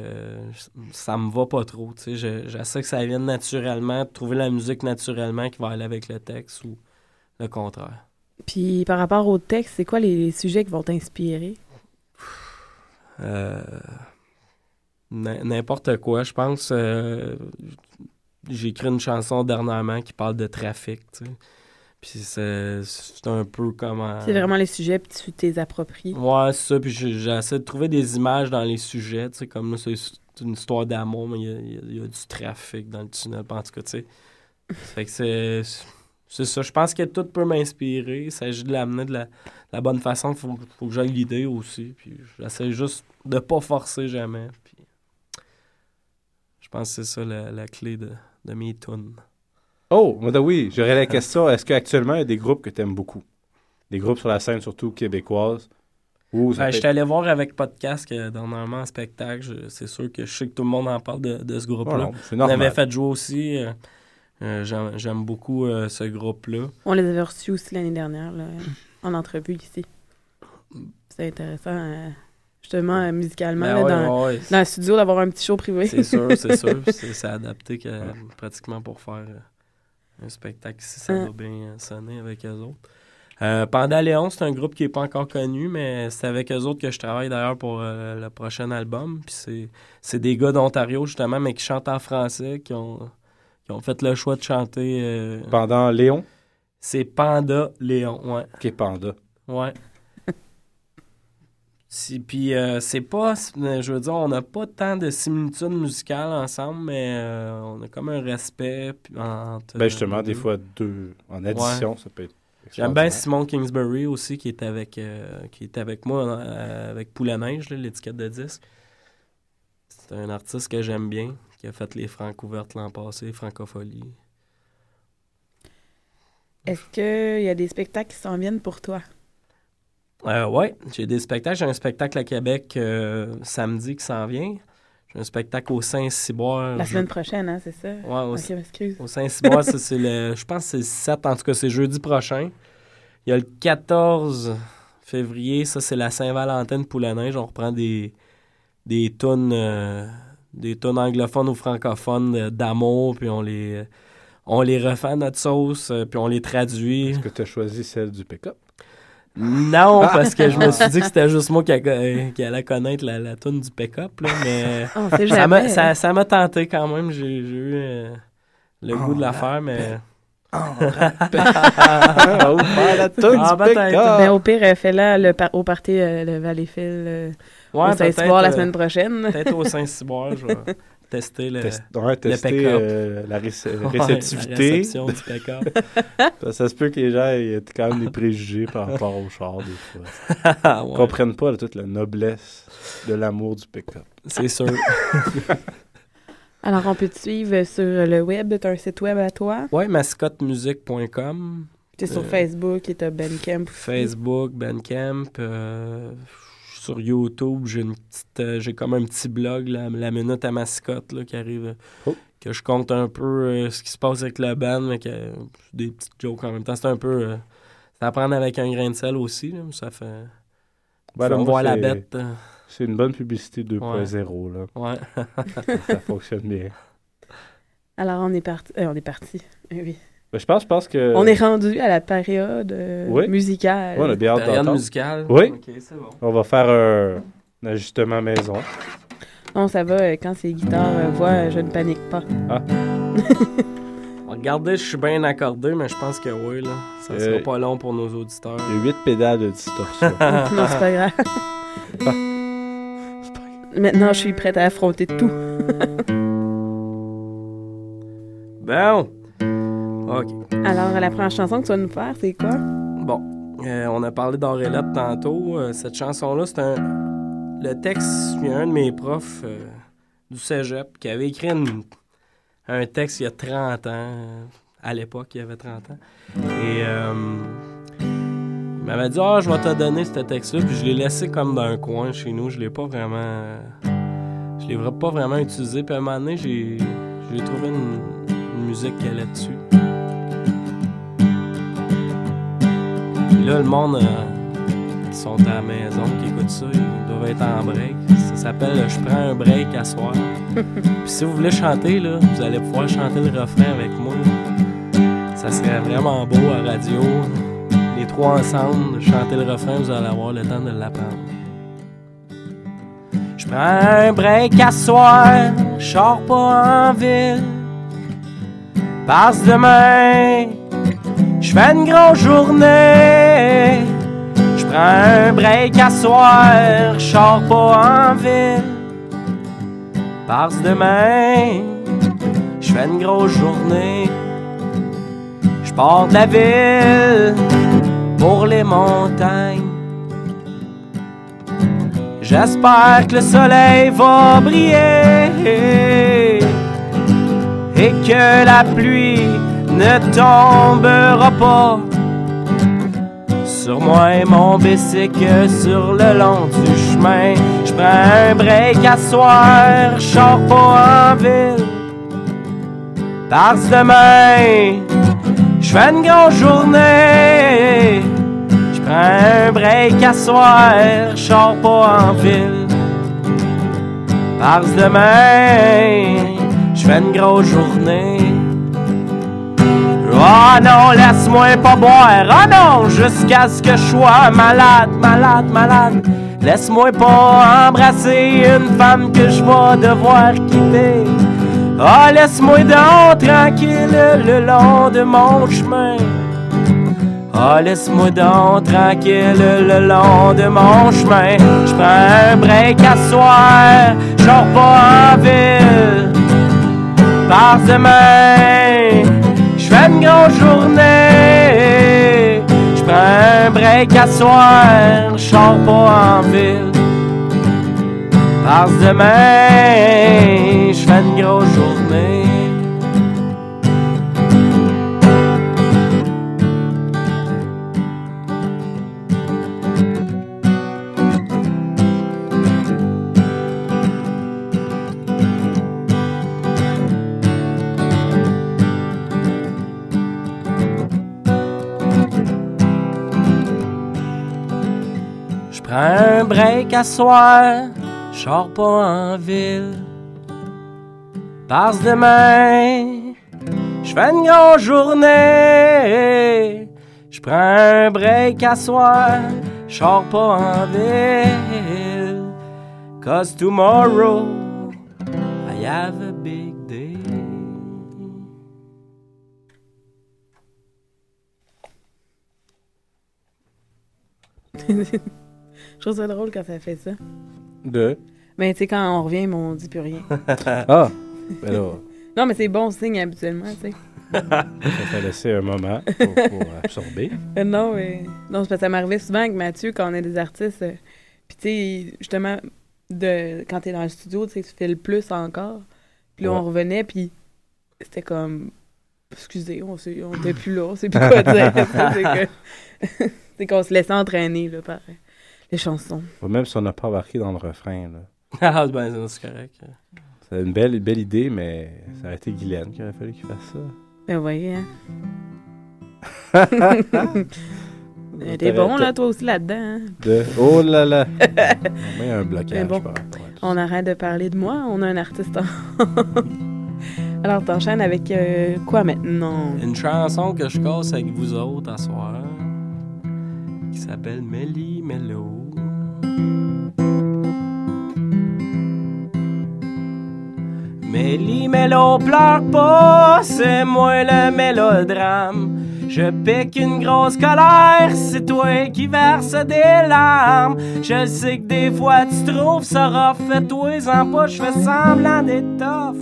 [SPEAKER 15] ça me va pas trop, tu sais. Je, j'essaie que ça vienne naturellement, de trouver la musique naturellement qui va aller avec le texte, ou le contraire.
[SPEAKER 5] Puis par rapport au texte, c'est quoi les sujets qui vont t'inspirer?
[SPEAKER 15] Euh... N'importe quoi. Je pense euh, j'ai écrit une chanson dernièrement qui parle de trafic, tu sais. Puis c'est, c'est un peu comme... Euh...
[SPEAKER 5] C'est vraiment les sujets, puis tu t'es appropries.
[SPEAKER 15] Ouais, c'est ça. Puis j'essaie de trouver des images dans les sujets, tu sais, comme là, c'est une histoire d'amour, mais il y a, il y a, il y a du trafic dans le tunnel, en tout cas, tu sais. Fait que c'est... C'est ça. Je pense que tout peut m'inspirer. Il s'agit de l'amener de la, de la bonne façon. Il faut, faut que j'aille l'idée aussi. Puis j'essaie juste de pas forcer jamais. Puis je pense que c'est ça la, la clé de, de mes tunes.
[SPEAKER 6] Oh, moi, oui, j'aurais la question. Est-ce qu'actuellement, il y a des groupes que tu aimes beaucoup? Des groupes sur la scène, surtout québécoise? Ou
[SPEAKER 15] ben, je suis allé voir avec Podcast que dernièrement en spectacle. Je, c'est sûr que je sais que tout le monde en parle de, de ce groupe-là.
[SPEAKER 6] Oh non, c'est normal.
[SPEAKER 15] On avait fait jouer aussi. Euh, euh, j'aime, j'aime beaucoup euh, ce groupe-là.
[SPEAKER 5] On les avait reçus aussi l'année dernière, là, en entrevue ici. C'est intéressant, euh, justement, euh, musicalement,
[SPEAKER 15] ben
[SPEAKER 5] là,
[SPEAKER 15] ouais,
[SPEAKER 5] dans,
[SPEAKER 15] ouais.
[SPEAKER 5] dans le studio, d'avoir un petit show privé.
[SPEAKER 15] C'est sûr, c'est sûr. C'est, c'est adapté que, ouais. pratiquement pour faire euh, un spectacle si ça
[SPEAKER 5] hein.
[SPEAKER 15] va bien sonner avec eux autres. Euh, Panda Léon, c'est un groupe qui n'est pas encore connu, mais c'est avec eux autres que je travaille d'ailleurs pour euh, le prochain album. Puis c'est, c'est des gars d'Ontario, justement, mais qui chantent en français, qui ont, qui ont fait le choix de chanter... Euh...
[SPEAKER 6] Panda Léon?
[SPEAKER 15] C'est Panda Léon, ouais.
[SPEAKER 6] OK, Panda.
[SPEAKER 15] Ouais. si, puis euh, c'est pas... Je veux dire, on n'a pas tant de similitudes musicales ensemble, mais euh, on a comme un respect entre...
[SPEAKER 6] Ben justement,
[SPEAKER 15] euh,
[SPEAKER 6] des fois, deux en addition, ouais. Ça peut être...
[SPEAKER 15] J'aime bien Simon Kingsbury aussi, qui est avec, euh, qui est avec moi, euh, avec Poule à neige, là, l'étiquette de disque. C'est un artiste que j'aime bien, qui a fait les Francouvertes l'an passé, Francofolie.
[SPEAKER 5] Est-ce qu'il y a des spectacles qui s'en viennent pour toi?
[SPEAKER 15] Euh, oui, j'ai des spectacles. J'ai un spectacle à Québec euh, samedi qui s'en vient. j'ai un spectacle au Saint-Cyboire.
[SPEAKER 5] La
[SPEAKER 15] je...
[SPEAKER 5] semaine prochaine, hein, c'est ça?
[SPEAKER 15] Ouais, au,
[SPEAKER 5] ok, m'excuse.
[SPEAKER 15] Au Saint-Cyboire, ça, c'est le... Je pense que c'est le sept, en tout cas, c'est jeudi prochain. Il y a le quatorze février, ça, c'est la Saint-Valentin pour la neige. On reprend des, des tunes... Euh... des tunes anglophones ou francophones euh, d'amour, puis on les, on les refait à notre sauce, euh, puis on les traduit.
[SPEAKER 6] Est-ce que tu as choisi celle du pick-up?
[SPEAKER 15] Non, parce que je me suis dit que c'était juste moi qui, a, qui allait connaître la, la tune du pick-up, là, mais
[SPEAKER 5] oh, c'est
[SPEAKER 15] ça, m'a,
[SPEAKER 5] jamais.
[SPEAKER 15] ça, ça m'a tenté quand même. J'ai, j'ai eu euh, le oh, goût de la faire, mais...
[SPEAKER 6] Oh, la tune
[SPEAKER 15] ah,
[SPEAKER 6] du pick-up!
[SPEAKER 5] Ben, au pire, fais-la le par- au party euh, le Valleyfield euh,
[SPEAKER 15] ouais,
[SPEAKER 5] au Saint-Cyboire la
[SPEAKER 15] euh,
[SPEAKER 5] semaine prochaine.
[SPEAKER 15] Peut-être au Saint-Cyboire, je vais tester le,
[SPEAKER 6] Test, ouais, tester,
[SPEAKER 15] le pick-up.
[SPEAKER 6] Euh, la réce- réceptivité.
[SPEAKER 15] Ouais, la réception du pick-up.
[SPEAKER 6] ça, ça se peut que les gens aient quand même des préjugés par rapport au char, des fois. Ils ouais. comprennent pas là, toute la noblesse de l'amour du pick-up.
[SPEAKER 15] C'est sûr.
[SPEAKER 5] Alors, on peut te suivre sur le web. Tu as un site web à toi?
[SPEAKER 15] Oui, mascotte musique point com.
[SPEAKER 5] Tu es sur euh, Facebook et tu as Bandcamp aussi.
[SPEAKER 15] Facebook, Bandcamp. Euh, sur YouTube, j'ai une petite, euh, j'ai comme un petit blog, la, la minute à mascotte, là, qui arrive, oh. que je compte un peu euh, ce qui se passe avec la band, mais que euh, des petites jokes en même temps. C'est un peu... Euh, c'est à prendre avec un grain de sel aussi, là, ça fait...
[SPEAKER 6] Ben
[SPEAKER 15] faut me voir la bête. Euh.
[SPEAKER 6] C'est une bonne publicité deux point zéro,
[SPEAKER 15] ouais.
[SPEAKER 6] là.
[SPEAKER 15] Ouais.
[SPEAKER 6] ça, ça fonctionne bien.
[SPEAKER 5] Alors, on est parti. Euh, on est parti. Oui.
[SPEAKER 6] Ben, je pense, je pense que...
[SPEAKER 5] On est rendu à la période euh,
[SPEAKER 6] oui.
[SPEAKER 5] musicale.
[SPEAKER 6] Oui, on a bien hâte
[SPEAKER 15] période
[SPEAKER 6] d'entendre.
[SPEAKER 15] musicale.
[SPEAKER 6] Oui.
[SPEAKER 15] OK, c'est bon.
[SPEAKER 6] On va faire un, un ajustement maison.
[SPEAKER 5] Non, ça va. Euh, quand c'est guitare, euh, voix, euh, je ne panique pas.
[SPEAKER 6] Ah.
[SPEAKER 15] Regardez, je suis bien accordé, mais je pense que oui, là. Ça sera euh, pas long pour nos auditeurs.
[SPEAKER 6] Il y a huit pédales de distorsion.
[SPEAKER 5] Non, c'est pas grave.
[SPEAKER 6] Ah.
[SPEAKER 5] Maintenant, je suis prête à affronter tout.
[SPEAKER 15] Bon. OK.
[SPEAKER 5] Alors, la première chanson que tu vas nous faire, c'est quoi?
[SPEAKER 15] Bon. Euh, on a parlé d'Aurélette tantôt. Euh, cette chanson-là, c'est un... Le texte, il y a un de mes profs euh, du cégep qui avait écrit une... un texte il y a trente ans. Euh, à l'époque, il y avait trente ans. Et... Euh... Il m'avait dit « Ah, oh, je vais te donner ce texte-là. » Puis je l'ai laissé comme dans un coin chez nous. Je l'ai pas vraiment... Je l'ai pas vraiment utilisé. Puis à un moment donné, j'ai, j'ai trouvé une... une musique qui allait dessus. Puis là, le monde euh, qui sont à la maison, qui écoutent ça, ils doivent être en break. Ça s'appelle « Je prends un break à soir ». Puis si vous voulez chanter, là, vous allez pouvoir chanter le refrain avec moi. Ça serait vraiment beau à radio. Les trois ensemble, chanter le refrain, vous allez avoir le temps de l'apprendre. Je prends un break à soir, je sors pas en ville. Passe demain, je fais une grosse journée. Je prends un break à soir, je sors pas en ville. Passe demain, je fais une grosse journée. Je pars de la ville pour les montagnes. J'espère que le soleil va briller et que la pluie ne tombera pas sur moi et mon bicycle sur le long du chemin. Je prends un break à soir, je sors pas en ville. Parce demain, je fais une grosse journée. Je prends un break à soir, je sors pas en ville. Parce demain, je fais une grosse journée. Oh non, laisse-moi pas boire. Oh non, jusqu'à ce que je sois malade, malade, malade. Laisse-moi pas embrasser une femme que je vais devoir quitter. Oh, laisse-moi donc tranquille le long de mon chemin. Oh, laisse-moi donc tranquille le long de mon chemin. Je prends un break à soir, je sors pas en ville. Parce demain, je fais une grosse journée. Je prends un break à soir, je sors pas en ville. Parce demain, je fais une grosse journée. J'prends un break à soir, j'sors pas en ville. Parce demain, j'fais une grosse journée. J'prends un break à soir, j'sors pas en ville. Cause tomorrow, I have a big day.
[SPEAKER 5] Je trouve ça drôle quand ça fait ça.
[SPEAKER 6] De?
[SPEAKER 5] Ben, tu sais, quand on revient, mais on dit plus rien.
[SPEAKER 6] Ah! Ben là...
[SPEAKER 5] Non, mais c'est bon signe habituellement, tu sais.
[SPEAKER 6] Ça fait laisser un moment pour, pour absorber.
[SPEAKER 5] Euh, non, mais... Non, c'est parce que ça m'arrivait souvent avec Mathieu, quand on est des artistes. Euh, Puis, tu sais, justement, de... quand t'es dans le studio, tu sais, tu fais le plus encore. Puis là,
[SPEAKER 6] Ouais.
[SPEAKER 5] on revenait, puis c'était comme... Excusez, on sait, on était plus là, on sait plus quoi dire. C'est que... c'est qu'on se laissait entraîner, là, par les chansons.
[SPEAKER 6] Ouais, même si on n'a pas embarqué dans le refrain, là.
[SPEAKER 15] Ah, ben, c'est correct.
[SPEAKER 6] C'est une belle, belle idée, mais ça aurait été Guylaine qui aurait fallu qu'il fasse ça.
[SPEAKER 5] Ben oui, hein. T'es bon, là, toi aussi, là-dedans. Hein?
[SPEAKER 6] De... Oh là là! On met un blocage.
[SPEAKER 5] Mais bon,
[SPEAKER 6] par rapport à tout
[SPEAKER 5] on arrête de parler de moi. On a un artiste en... Alors, t'enchaînes avec euh, quoi maintenant?
[SPEAKER 15] Une chanson que je casse avec vous autres à soir, qui s'appelle Méli Mélo. Méli Mélo, pleure pas, c'est moi le mélodrame. Je pique une grosse colère, c'est toi qui verse des larmes. Je sais que des fois tu trouves ça rough, fais-toi-en pas, je fais semblant d'être tough.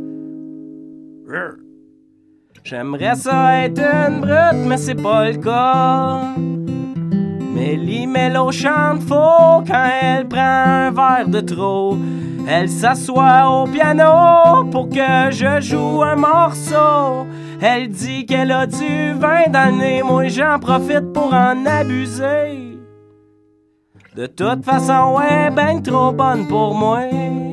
[SPEAKER 15] J'aimerais ça être une brute, mais c'est pas le cas. Méli Mélo chante faux quand elle prend un verre de trop. Elle s'assoit au piano pour que je joue un morceau. Elle dit qu'elle a du vin dans le nez, moi j'en profite pour en abuser. De toute façon, elle est ben trop bonne pour moi.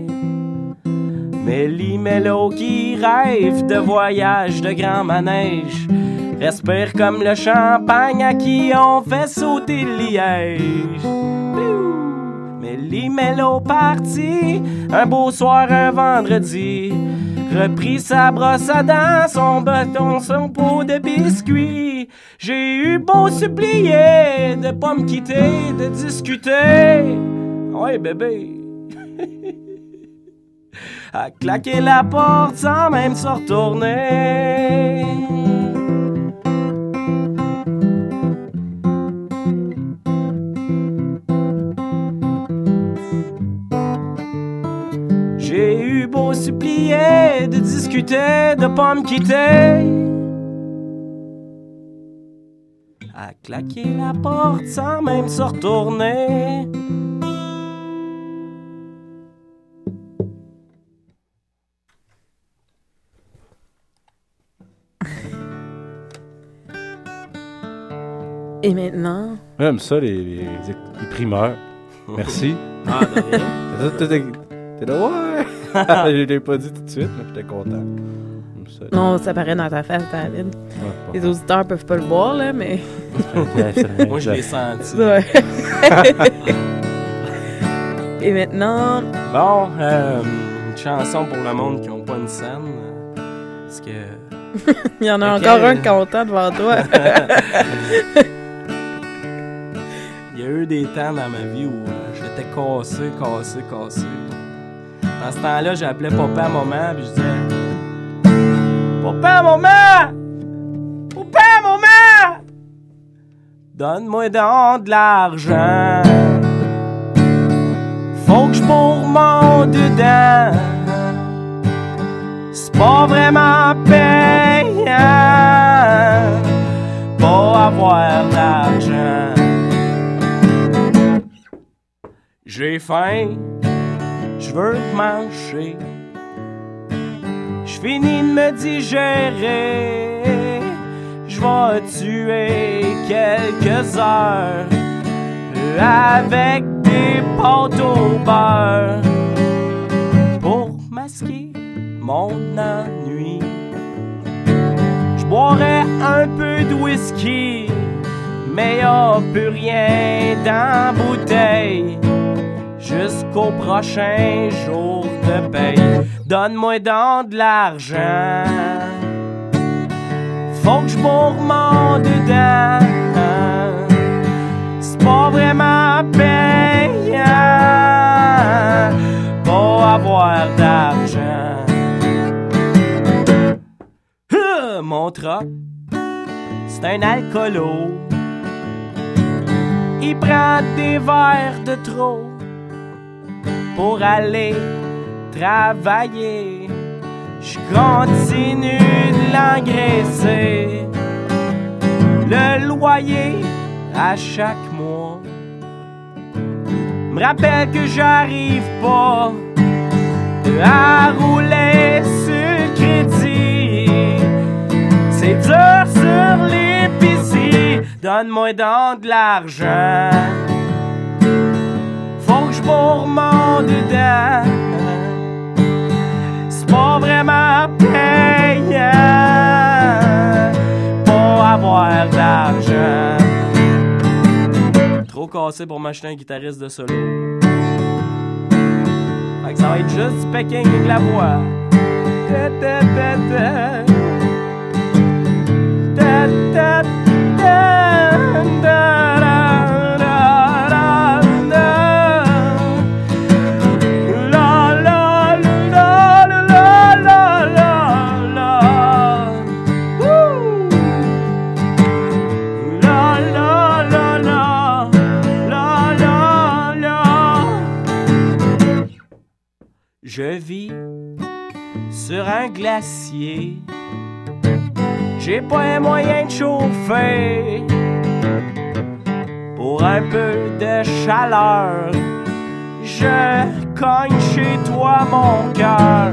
[SPEAKER 15] Méli Mélo qui rêve de voyage de grand manège, respire comme le champagne à qui on fait sauter le liège. Méli Mélo parti, un beau soir, un vendredi, repris sa brosse à dents, son bâton, son pot de biscuits. J'ai eu beau supplier de pas me quitter, de discuter. Ouais, bébé. À claquer la porte sans même se retourner. J'ai eu beau supplier de discuter, de pas me quitter. À claquer la porte sans même se retourner.
[SPEAKER 5] Et maintenant?
[SPEAKER 6] J'aime ça, les, les, les primeurs. Merci.
[SPEAKER 15] Ah, de rien.
[SPEAKER 6] T'es, t'es là, ouais! Je l'ai pas dit tout de suite, mais j'étais content. Ça,
[SPEAKER 5] non, ça paraît dans ta face, David. Ouais, les auditeurs peuvent pas le voir, là, mais...
[SPEAKER 15] Moi, je l'ai senti.
[SPEAKER 5] Ouais. Et maintenant...
[SPEAKER 15] Bon, euh, une chanson pour le monde qui n'a pas une scène. Parce que...
[SPEAKER 5] Il y en a
[SPEAKER 15] okay.
[SPEAKER 5] encore un content devant toi.
[SPEAKER 15] Il y a eu des temps dans ma vie où euh, j'étais cassé, cassé, cassé. Dans ce temps-là, j'appelais papa à maman, puis je disais... Papa à maman! Papa à maman! Donne-moi donc de l'argent. Faut que je pour mon dedans. C'est pas vraiment payant pas avoir d'argent. J'ai faim, je veux manger. Je finis de me digérer. Je vais tuer quelques heures avec des pâtes au beurre pour masquer mon ennui. Je boirais un peu de whisky, mais y'a plus rien dans bouteille jusqu'au prochain jour de paye. Donne-moi donc de l'argent, faut que je bourre mon dedans. C'est pas vraiment payant pour avoir d'argent. Euh, mon troc, c'est un alcoolo. Il prend des verres de trop pour aller travailler. Je continue de l'engraisser, le loyer à chaque mois me rappelle que j'arrive pas à rouler sur crédit. C'est dur sur l'épicerie. Donne-moi donc de l'argent, faut que je bourre mon dedans. C'est pas vraiment payant pour avoir d'argent. Trop cassé pour m'acheter un guitariste de solo. Fait que ça va être juste du pecking avec la voix. Ta ta ta ta. Ta ta ta ta da da da da. La la la la la la la la. Woo. La la la la la la la. Je vis sur un glacier. J'ai pas un moyen de chauffer. Pour un peu de chaleur, je cogne chez toi mon cœur.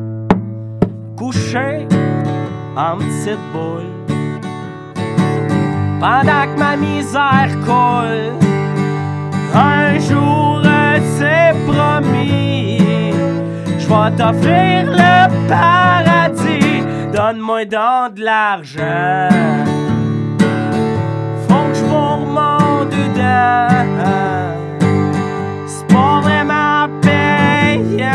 [SPEAKER 15] Couché en petite boule, pendant que ma misère coule. Un jour c'est promis, je vais t'offrir le paradis. Donne-moi donc de l'argent, faut que je bourre mon dedans. C'est pas vraiment payant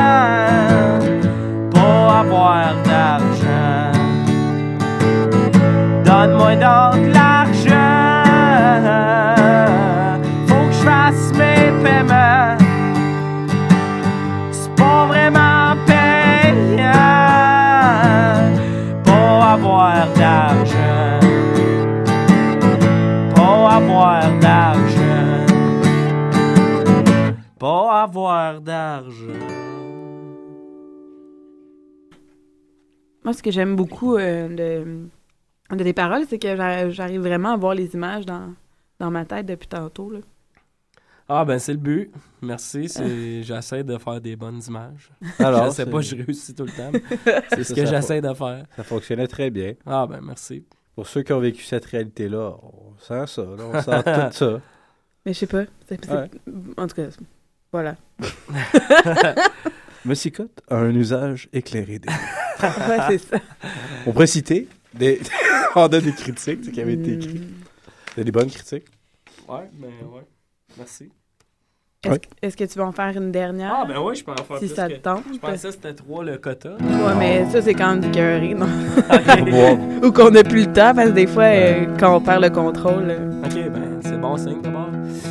[SPEAKER 15] pour avoir d'argent. Donne-moi donc de l'argent, faut que je fasse mes paiements. C'est pas vraiment payant pour avoir d'argent, pour avoir d'argent, pour avoir d'argent.
[SPEAKER 5] Moi, ce que j'aime beaucoup euh, de, de tes paroles, c'est que j'a- j'arrive vraiment à voir les images dans, dans ma tête depuis tantôt, là.
[SPEAKER 15] Ah ben c'est le but. Merci. C'est... J'essaie de faire des bonnes images.
[SPEAKER 6] Alors,
[SPEAKER 15] je sais
[SPEAKER 6] c'est...
[SPEAKER 15] pas, je réussis tout le temps. C'est ce que
[SPEAKER 6] ça
[SPEAKER 15] j'essaie
[SPEAKER 6] fo-
[SPEAKER 15] de faire.
[SPEAKER 6] Ça fonctionnait très bien.
[SPEAKER 15] Ah ben merci.
[SPEAKER 6] Pour ceux qui ont vécu cette réalité-là, on sent ça, là, on sent tout ça.
[SPEAKER 5] Mais je sais pas. C'est, c'est,
[SPEAKER 6] Ouais.
[SPEAKER 5] En tout cas, voilà.
[SPEAKER 6] Monsieur Cotte a un usage éclairé des mots.
[SPEAKER 5] Ouais, c'est ça.
[SPEAKER 6] On pourrait citer des... on a des critiques tu sais, qui avaient été écrites. C'est des bonnes critiques.
[SPEAKER 15] Ouais, ben ouais. Merci.
[SPEAKER 5] Est-ce,
[SPEAKER 6] Ouais.
[SPEAKER 5] est-ce que tu vas en faire une dernière?
[SPEAKER 15] Ah ben oui, je peux en faire
[SPEAKER 5] Si
[SPEAKER 15] plus
[SPEAKER 5] ça
[SPEAKER 15] que...
[SPEAKER 5] te tente.
[SPEAKER 15] Je pensais que c'était trois le quota.
[SPEAKER 5] Ouais, mais ça, c'est quand on est écœuré, non?
[SPEAKER 15] Ok.
[SPEAKER 5] Ou qu'on n'a plus le temps, parce que des fois, euh, quand on perd le contrôle... euh,
[SPEAKER 15] Ok, ben c'est bon signe d'abord.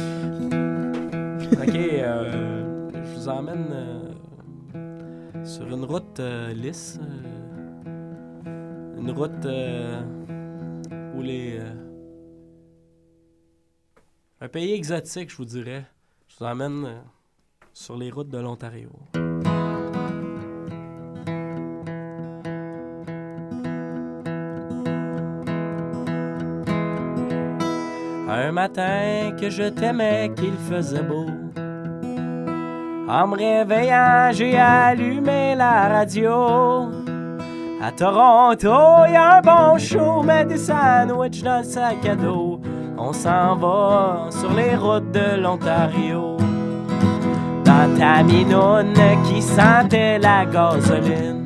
[SPEAKER 15] Ok, euh, je vous emmène euh, sur une route euh, lisse. euh, une route euh, où les... euh, un pays exotique, je vous dirais. Je vous emmène euh, sur les routes de l'Ontario. Un matin que je t'aimais, qu'il faisait beau. En me réveillant, j'ai allumé la radio. À Toronto, y a un bon show, mais des sandwichs dans le sac à dos. On s'en va sur les routes de l'Ontario. Dans ta minoune qui sentait la gasoline.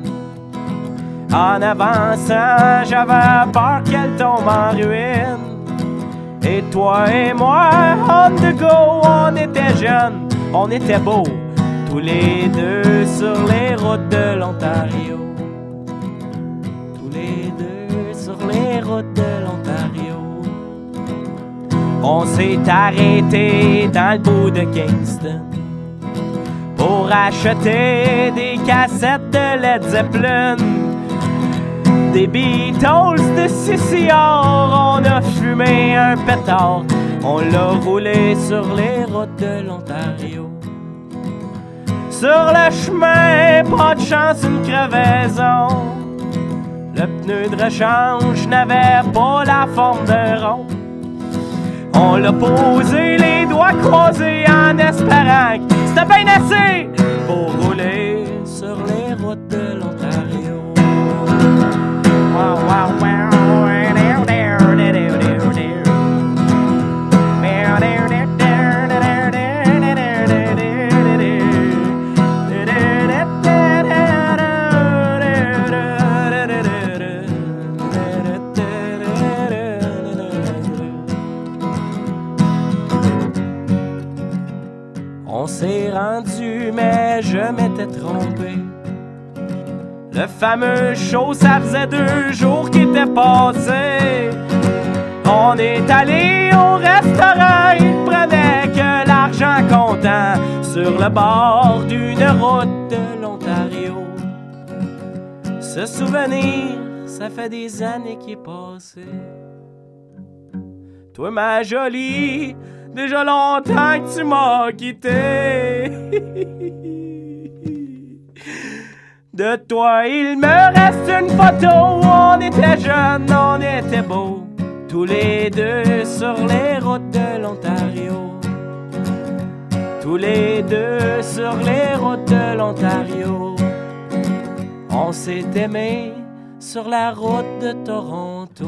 [SPEAKER 15] En avançant, j'avais peur qu'elle tombe en ruine.
[SPEAKER 16] Et toi et moi, on the go, on était jeunes, on était beaux, tous les deux sur les routes de l'Ontario. Tous les deux sur les routes de l'Ontario. On s'est arrêté dans le bout de Kingston pour acheter des cassettes de Led Zeppelin, des Beatles de C C R. On a fumé un pétard, on l'a roulé sur les routes de l'Ontario. Sur le chemin, pas de chance, une crevaison. Le pneu de rechange n'avait pas la forme de rond. On l'a posé les doigts croisés en espérant que c'était bien assez pour rouler sur les routes de l'Ontario. Wow, wow, wow. On s'est rendu, mais je m'étais trompé. Le fameux show, ça faisait deux jours qu'il était passé. On est allé au restaurant, il prenait que l'argent comptant sur le bord d'une route de l'Ontario. Ce souvenir, ça fait des années qu'il est passé. Toi, ma jolie, déjà longtemps que tu m'as quitté. De toi, il me reste une photo. On était jeunes, on était beaux, tous les deux sur les routes de l'Ontario. Tous les deux sur les routes de l'Ontario. On s'est aimés sur la route de Toronto.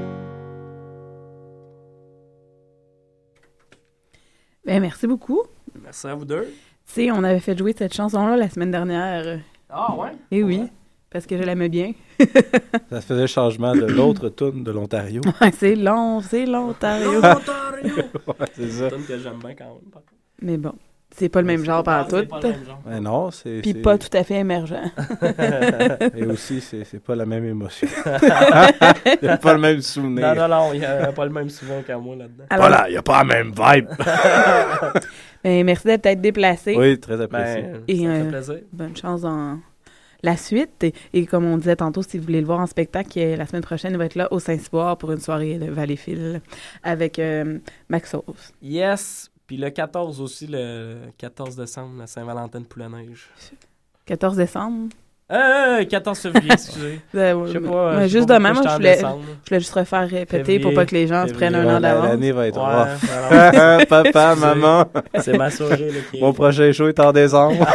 [SPEAKER 5] Ben, merci beaucoup.
[SPEAKER 15] Merci à vous deux.
[SPEAKER 5] Tu sais, on avait fait jouer cette chanson-là la semaine dernière.
[SPEAKER 15] Ah ouais?
[SPEAKER 5] Eh oui,
[SPEAKER 15] ouais.
[SPEAKER 5] Parce que je l'aimais bien.
[SPEAKER 6] Ça faisait le changement de l'autre tune de l'Ontario.
[SPEAKER 5] Ouais, c'est long, c'est l'Ontario.
[SPEAKER 15] L'Ontario!
[SPEAKER 6] Ouais, c'est ça.
[SPEAKER 15] C'est une que j'aime bien quand même. Par contre.
[SPEAKER 5] Mais bon, c'est pas le même genre par tout.
[SPEAKER 6] Ben non, c'est...
[SPEAKER 5] Puis
[SPEAKER 6] c'est...
[SPEAKER 5] pas tout à fait émergent.
[SPEAKER 6] Et aussi, c'est, c'est pas la même émotion. Il n'y a pas le même souvenir.
[SPEAKER 15] Non, non, non, il n'y a pas le même souvenir qu'à moi là-dedans.
[SPEAKER 6] Alors... Voilà, il n'y a pas la même vibe.
[SPEAKER 5] Ben, merci d'être peut-être déplacé.
[SPEAKER 6] Oui, très apprécié.
[SPEAKER 15] Ben,
[SPEAKER 5] et
[SPEAKER 15] ça
[SPEAKER 5] euh,
[SPEAKER 15] fait plaisir.
[SPEAKER 5] Bonne chance dans la suite. Et, et comme on disait tantôt, si vous voulez le voir en spectacle, la semaine prochaine, il va être là au Saint-Cyboire pour une soirée de Valleyfield avec euh, Maxos.
[SPEAKER 15] Yes! Puis le quatorze aussi, le quatorze décembre, la Saint-Valentin de Poule-à-Neige.
[SPEAKER 5] quatorze décembre?
[SPEAKER 15] Euh, quatorze février, excusez.
[SPEAKER 5] euh,
[SPEAKER 15] je sais pas.
[SPEAKER 5] Mais
[SPEAKER 15] je
[SPEAKER 5] juste
[SPEAKER 15] sais pas
[SPEAKER 5] demain, moi, je voulais, je voulais juste refaire répéter
[SPEAKER 15] février,
[SPEAKER 5] pour pas que les gens
[SPEAKER 15] février.
[SPEAKER 5] se prennent un an d'avance.
[SPEAKER 6] L'année va être
[SPEAKER 15] ouais,
[SPEAKER 6] rough. Papa, maman.
[SPEAKER 15] C'est ma soirée. Là, qui est...
[SPEAKER 6] Mon prochain show est en décembre.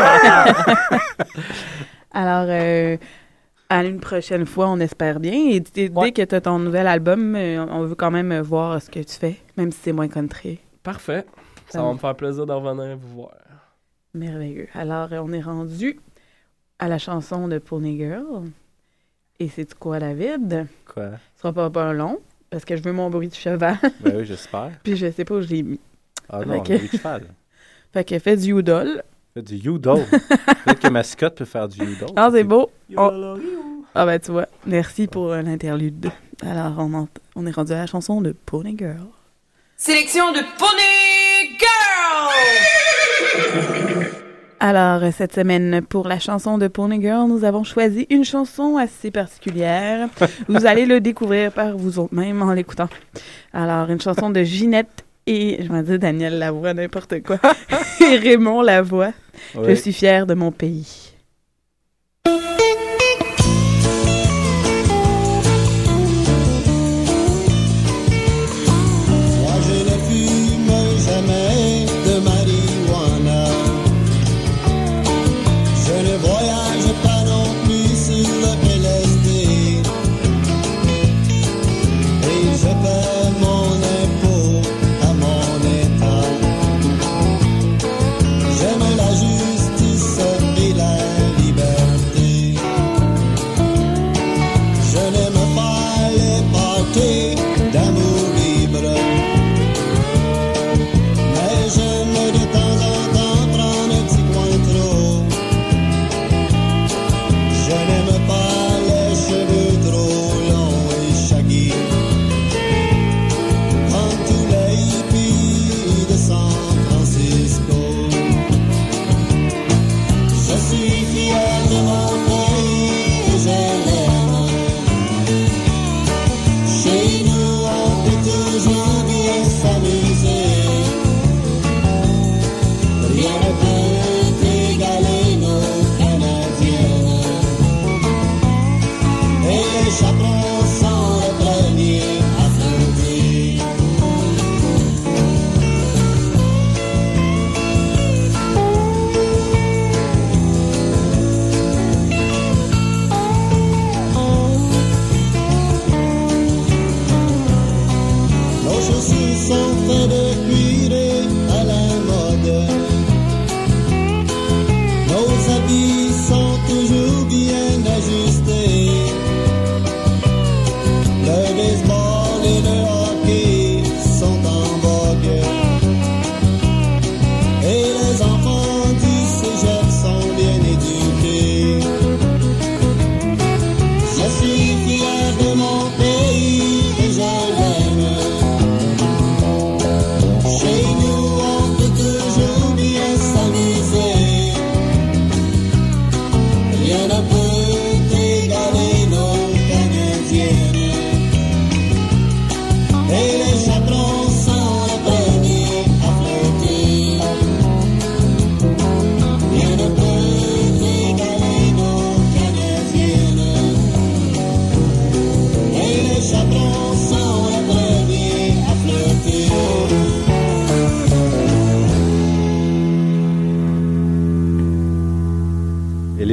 [SPEAKER 5] Alors, euh, à une prochaine fois, on espère bien. Et dès
[SPEAKER 15] ouais.
[SPEAKER 5] que tu as ton nouvel album, on veut quand même voir ce que tu fais, même si c'est moins country.
[SPEAKER 15] Parfait. Ça va me faire plaisir d'en revenir vous voir.
[SPEAKER 5] Merveilleux. Alors, on est rendu à la chanson de Pony Girl. Et c'est quoi, David?
[SPEAKER 6] Quoi?
[SPEAKER 5] Ce sera pas, pas long, parce que je veux mon bruit de cheval.
[SPEAKER 6] Ben oui, j'espère.
[SPEAKER 5] Puis je sais pas où je l'ai mis.
[SPEAKER 6] Ah non,
[SPEAKER 5] que...
[SPEAKER 6] le bruit de cheval.
[SPEAKER 5] Fait que fais du udol.
[SPEAKER 6] Fais du udol. Peut-être que Mascotte peut faire du udol.
[SPEAKER 5] Ah, c'est beau. On... Ah ben, tu vois. Merci pour euh, l'interlude. Alors, on, ent... on est rendu à la chanson de Pony Girl.
[SPEAKER 17] Sélection de Pony Girl!
[SPEAKER 5] Alors, cette semaine, pour la chanson de Pony Girl, nous avons choisi une chanson assez particulière. Vous allez le découvrir par vous autres même en l'écoutant. Alors, une chanson de Ginette et, je vais dire Daniel Lavoie, n'importe quoi, et Raymond Lavoie. Oui. Je suis fière de mon pays.
[SPEAKER 18] J'aime la justice et la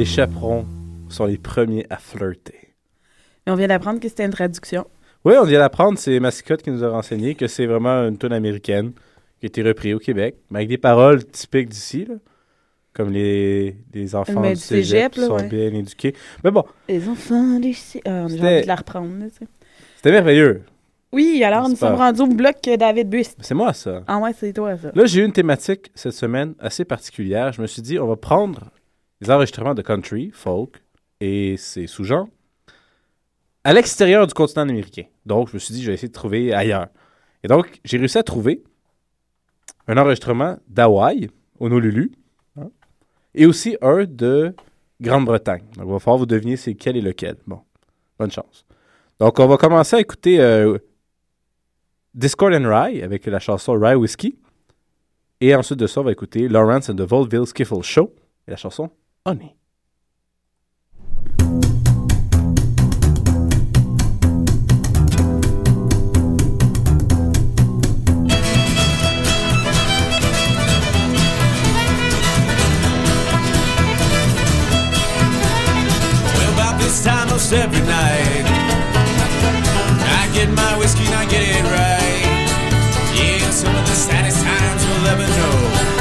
[SPEAKER 6] chaperons sont les premiers à flirter.
[SPEAKER 5] Et on vient d'apprendre que c'était une traduction.
[SPEAKER 6] Oui, on vient d'apprendre, c'est Massicotte qui nous a renseigné que c'est vraiment une toune américaine qui a été reprise au Québec, mais avec des paroles typiques d'ici, là, comme les, les enfants
[SPEAKER 5] Mais
[SPEAKER 6] du
[SPEAKER 5] du
[SPEAKER 6] cégep,
[SPEAKER 5] cégep,
[SPEAKER 6] qui
[SPEAKER 5] là,
[SPEAKER 6] sont
[SPEAKER 5] ouais.
[SPEAKER 6] bien éduqués. Mais bon,
[SPEAKER 5] Les enfants du ci- ah, on a
[SPEAKER 6] C'était-
[SPEAKER 5] envie de la reprendre. Là, tu sais.
[SPEAKER 6] c'était merveilleux.
[SPEAKER 5] Oui, alors nous
[SPEAKER 6] C'est pas-
[SPEAKER 5] sommes rendus au bloc David Buste.
[SPEAKER 6] C'est moi, ça.
[SPEAKER 5] Ah ouais, c'est toi, ça.
[SPEAKER 6] Là, j'ai eu une thématique cette semaine assez particulière. Je me suis dit, on va prendre les enregistrements de country, folk et ses sous-genres à l'extérieur du continent américain. Donc, je me suis dit, je vais essayer de trouver ailleurs. Et donc, j'ai réussi à trouver un enregistrement d'Hawaï, Honolulu, hein, et aussi un de Grande-Bretagne. Donc, il va falloir vous deviner c'est lequel et lequel. Bon, bonne chance. Donc, on va commencer à écouter euh, Discord and Rye avec la chanson Rye Whiskey. Et ensuite de ça, on va écouter Lawrence and the Vaudeville Skiffle Show et la chanson Honey.
[SPEAKER 7] Well, about this time most every night, I get my whiskey and I get it right. Yeah, some of the saddest times you'll ever know.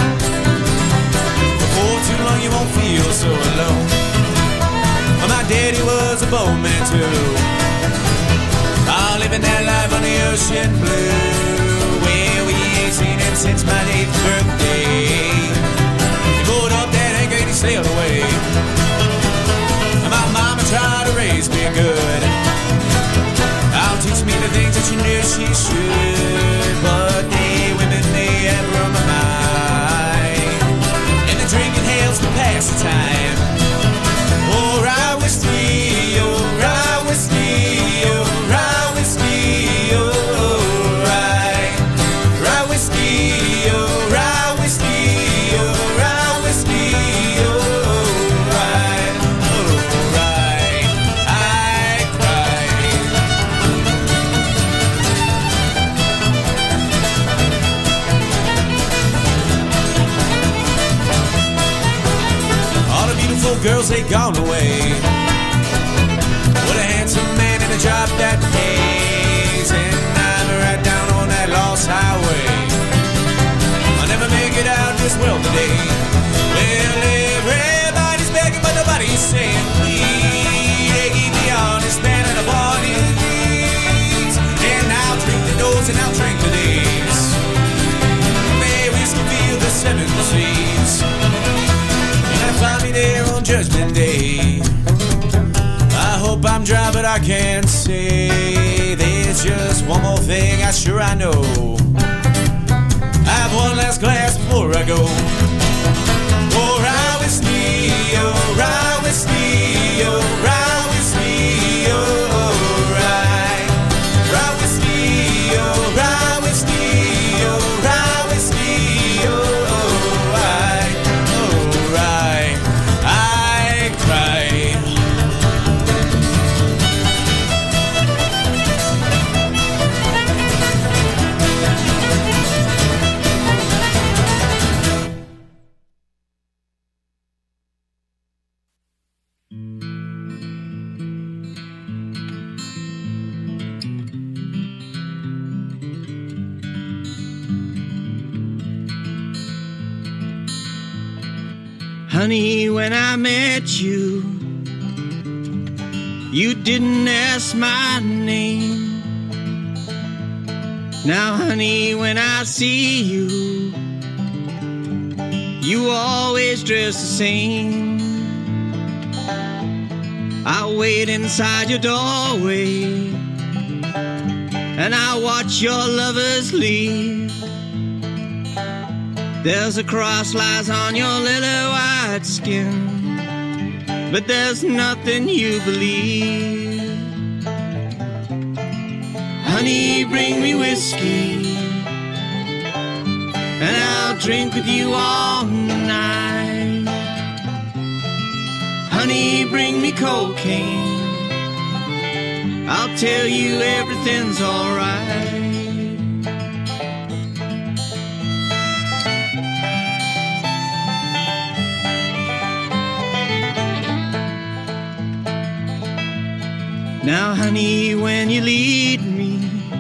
[SPEAKER 7] Before too long you won't feel so alone. My daddy was a boatman too. Oh, living that life on the ocean blue. Well, we ain't seen him since my eighth birthday. He pulled up that anchor and he sailed away. And my mama tried to raise me good. I'll teach me the things that you knew she should. But they women, they have run my mind. And the drinking hails to pass the time. Oh, rye whiskey, oh, rye whiskey, oh, rye whiskey, oh, rye. Rye whiskey, oh, rye whiskey, oh, rye whiskey, oh, rye. Oh, rye, I cried. All the beautiful girls, they gone away. What a handsome man in a job that pays. And I'm right down on that lost highway. I'll never make it out this world today. Well, everybody's begging, but nobody's saying please. They keep the honest man in a party. And I'll drink the doors and I'll drink the days. May whiskey feel the seven seas. Find me there on Judgment Day. I hope I'm dry, but I can't say. There's just one more thing I sure I know. I have one last glass before I go. Oh, rye whiskey, oh, rye whiskey, oh, rye whiskey, oh, rye. Rye whiskey, oh, rye whiskey, oh, rye whiskey, oh, rye. Oh, rye, I cried.
[SPEAKER 12] Honey, when I met you, you didn't ask my name. Now, honey, when I see you, you always dress the same. I wait inside your doorway, and I watch your lovers leave. There's a cross lies on your lily white skin, but there's nothing you believe. Honey, bring me whiskey, and I'll drink with you all night. Honey, bring me cocaine, I'll tell you everything's alright. honey, when you lead me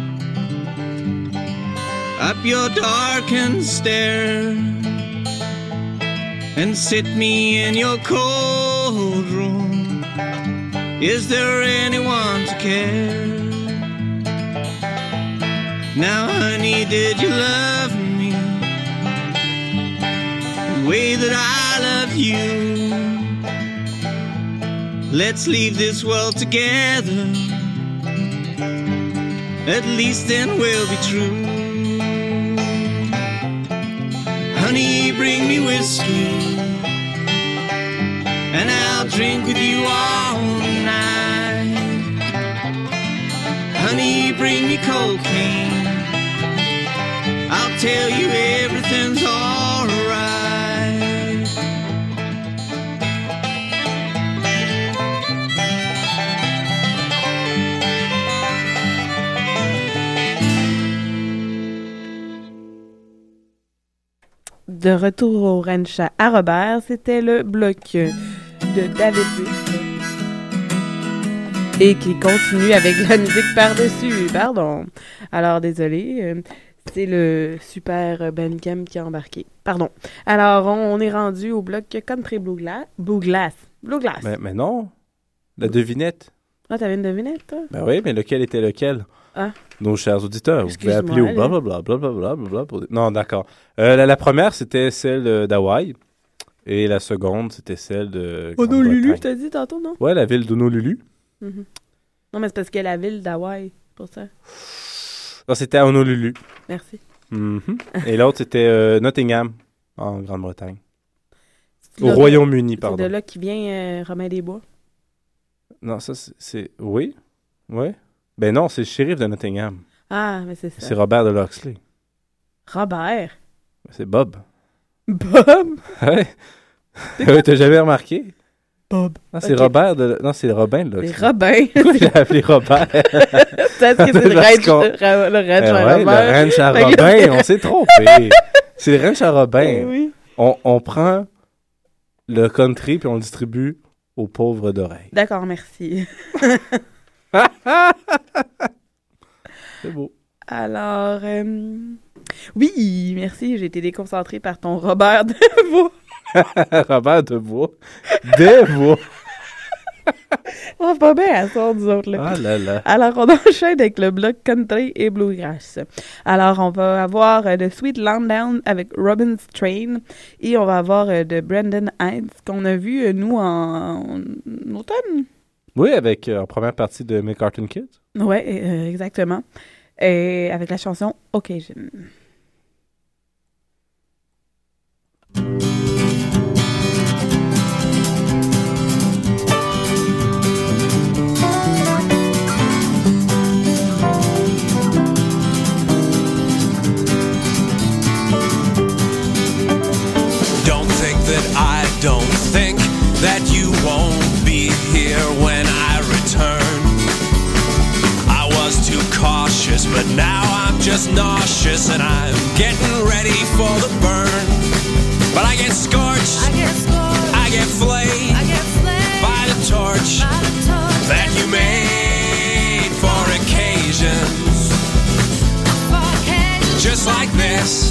[SPEAKER 12] up your darkened stair and sit me in your cold room, is there anyone to care? Now, honey, did you love me the way that I love you? Let's leave this world together, at least then we'll be true. Honey, bring me whiskey, and I'll drink with you all night. Honey, bring me cocaine, I'll tell you everything's alright.
[SPEAKER 5] De retour au ranch à Robert, c'était le bloc de David Butte et qui continue avec la musique par-dessus. Pardon. Alors, désolé, euh, c'est le super Bandcamp qui a embarqué. Pardon. Alors, on, on est rendu au bloc Country Bluegrass. Bluegrass. Bluegrass.
[SPEAKER 6] Mais, mais non. La devinette.
[SPEAKER 5] Ah, t'avais une devinette, toi?
[SPEAKER 6] Ben oui, mais lequel était lequel?
[SPEAKER 5] Ah.
[SPEAKER 6] Nos chers auditeurs, vous pouvez
[SPEAKER 5] Excuse-moi,
[SPEAKER 6] appeler au
[SPEAKER 5] allez.
[SPEAKER 6] blablabla, blablabla, blablabla. Pour... Non, d'accord. Euh, la, la première, c'était celle euh, d'Hawaï. Et la seconde, c'était celle de...
[SPEAKER 5] Honolulu, t'as dit tantôt, non?
[SPEAKER 6] Ouais, la ville d'Honolulu.
[SPEAKER 5] Mm-hmm. Non, mais c'est parce qu'il y a la ville d'Hawaï, pour ça.
[SPEAKER 6] Non, c'était à Honolulu.
[SPEAKER 5] Merci.
[SPEAKER 6] Mm-hmm. Et l'autre, c'était euh, Nottingham, en Grande-Bretagne. Au
[SPEAKER 5] Là,
[SPEAKER 6] Royaume-Uni, pardon.
[SPEAKER 5] C'est de là qui vient euh, Romain Desbois.
[SPEAKER 6] Non, ça, c'est... c'est... Oui? Oui? Ben non, c'est le shérif de Nottingham.
[SPEAKER 5] Ah, mais c'est ça.
[SPEAKER 6] C'est Robert de Locksley.
[SPEAKER 5] Robert?
[SPEAKER 6] C'est Bob.
[SPEAKER 5] Bob?
[SPEAKER 6] Ouais. Ouais, t'as jamais remarqué?
[SPEAKER 5] Bob.
[SPEAKER 6] Non, c'est
[SPEAKER 5] Ok.
[SPEAKER 6] Robert de... Non, c'est Robin de Locksley.
[SPEAKER 5] C'est Robin.
[SPEAKER 6] Pourquoi il l'a appelé Robert?
[SPEAKER 5] Peut-être que c'est le
[SPEAKER 6] Parce
[SPEAKER 5] ranch,
[SPEAKER 6] qu'on-
[SPEAKER 5] ra- le ranch
[SPEAKER 6] Eh
[SPEAKER 5] à
[SPEAKER 6] ouais,
[SPEAKER 5] Robert.
[SPEAKER 6] le ranch à
[SPEAKER 5] Fait que-
[SPEAKER 6] Robin, on s'est trompé. C'est le ranch à Robin.
[SPEAKER 5] Eh oui.
[SPEAKER 6] On, on prend le country puis on le distribue aux pauvres d'oreilles.
[SPEAKER 5] D'accord, merci.
[SPEAKER 6] C'est beau.
[SPEAKER 5] Alors, euh, oui, merci, j'ai été déconcentrée par ton Robert de Bois.
[SPEAKER 6] Robert de Bois. De Bois.
[SPEAKER 5] On va pas bien à ça, nous autres, là.
[SPEAKER 6] Ah là là.
[SPEAKER 5] Alors, on enchaîne avec le bloc country et bluegrass. Alors, on va avoir euh, de Sweet Down avec Robin's Train et on va avoir euh, de Brendan Hines qu'on a vu, euh, nous, en, en automne.
[SPEAKER 6] Oui, avec euh, en première partie de McCartan Kids.
[SPEAKER 5] Oui, euh, exactement. Et avec la chanson Occasion.
[SPEAKER 7] Don't think that I don't think that you won't be here when I return. I was too cautious, but now I'm just nauseous and I'm getting ready for the burn. But I get scorched, I get, scorched. I get flayed, I get flayed by the torch, by the torch that you made for occasions, for occasions just like this.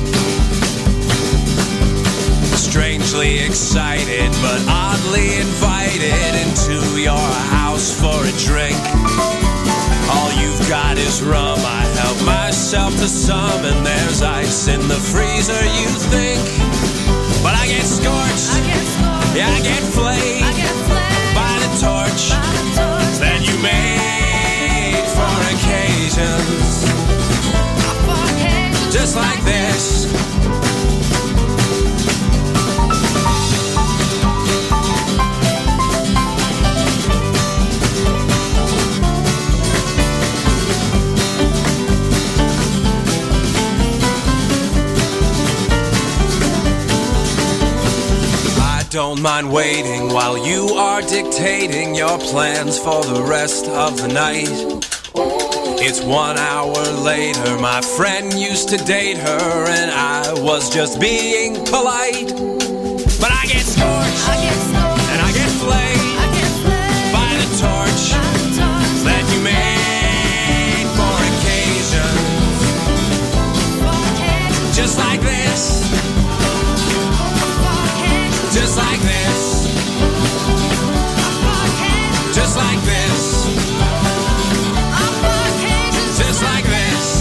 [SPEAKER 7] Strangely excited, but oddly invited into your house for a drink. All you've got is rum, I help myself to some, and there's ice in the freezer, you think. But I get scorched, I get scorched. Yeah, I get flayed, I get flayed by the torch, by the torch that you made for occasions, for occasions just like this. Don't mind waiting while you are dictating your plans for the rest of the night. It's one hour later, my friend used to date her and I was just being polite. But I get scorched, I get scorched and I get flayed, I get flayed by the torch, by the torch that Just like this. Just like this. Just like this. Just like this.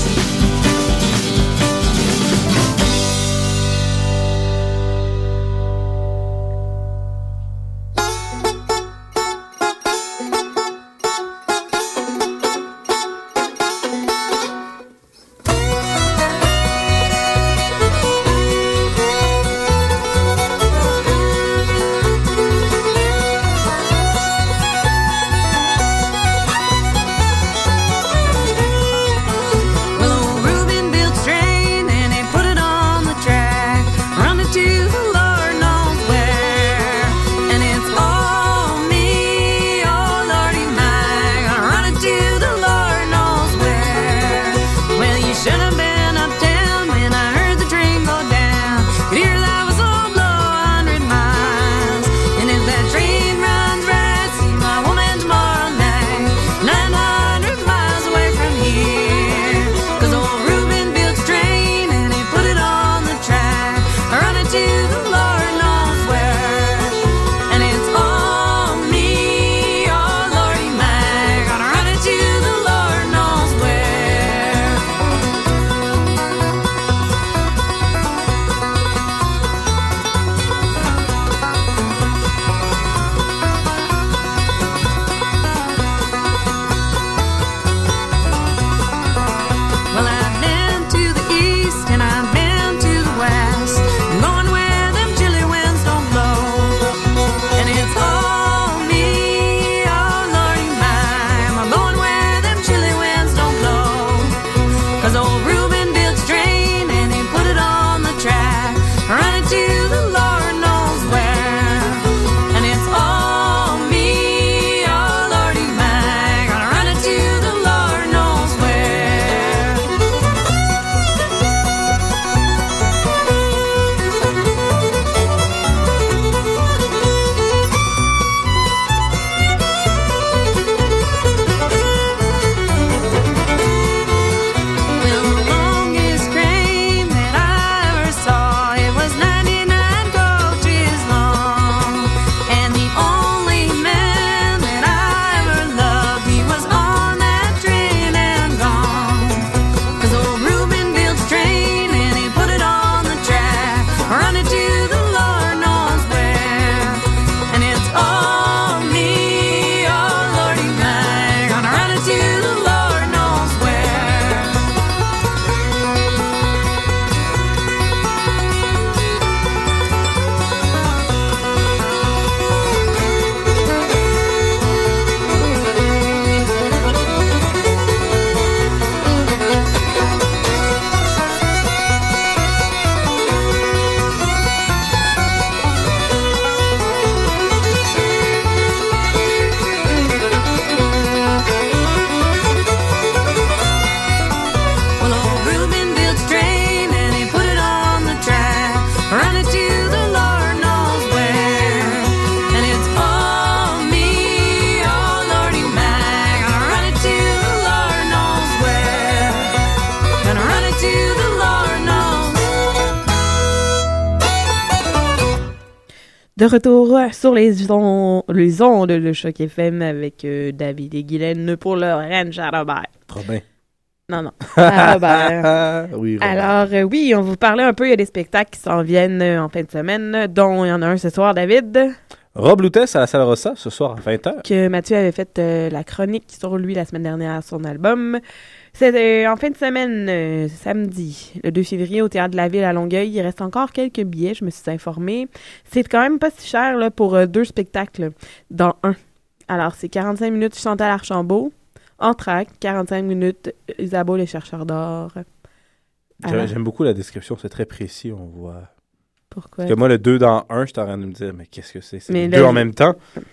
[SPEAKER 5] De retour sur les, on- les ondes de Choc F M avec euh, David et Guylaine pour le Ranch à Robert.
[SPEAKER 6] Trop bien.
[SPEAKER 5] Non, non, à Robert.
[SPEAKER 6] Oui, Robert.
[SPEAKER 5] Alors, euh, oui, on vous parlait un peu, il y a des spectacles qui s'en viennent euh, en fin de semaine, dont il y en a un ce soir, David,
[SPEAKER 6] Rob Loutès à la Salle Rossa ce soir à vingt heures.
[SPEAKER 5] que Mathieu avait fait euh, la chronique sur lui la semaine dernière, son album. C'est euh, en fin de semaine, euh, samedi, le deux février, au Théâtre de la Ville à Longueuil. Il reste encore quelques billets, je me suis informée. C'est quand même pas si cher là, pour euh, deux spectacles, dans un. Alors, c'est quarante-cinq minutes Chantal Archambault, Entracte, quarante-cinq minutes Isabeau, les chercheurs d'or.
[SPEAKER 6] J'aime,
[SPEAKER 5] Alors,
[SPEAKER 6] j'aime beaucoup la description, c'est très précis, on voit.
[SPEAKER 5] pourquoi?
[SPEAKER 6] Parce que moi, le deux dans un, je suis en train de me dire, mais qu'est-ce que c'est? C'est
[SPEAKER 5] Mais
[SPEAKER 6] deux
[SPEAKER 5] le-
[SPEAKER 6] en même temps?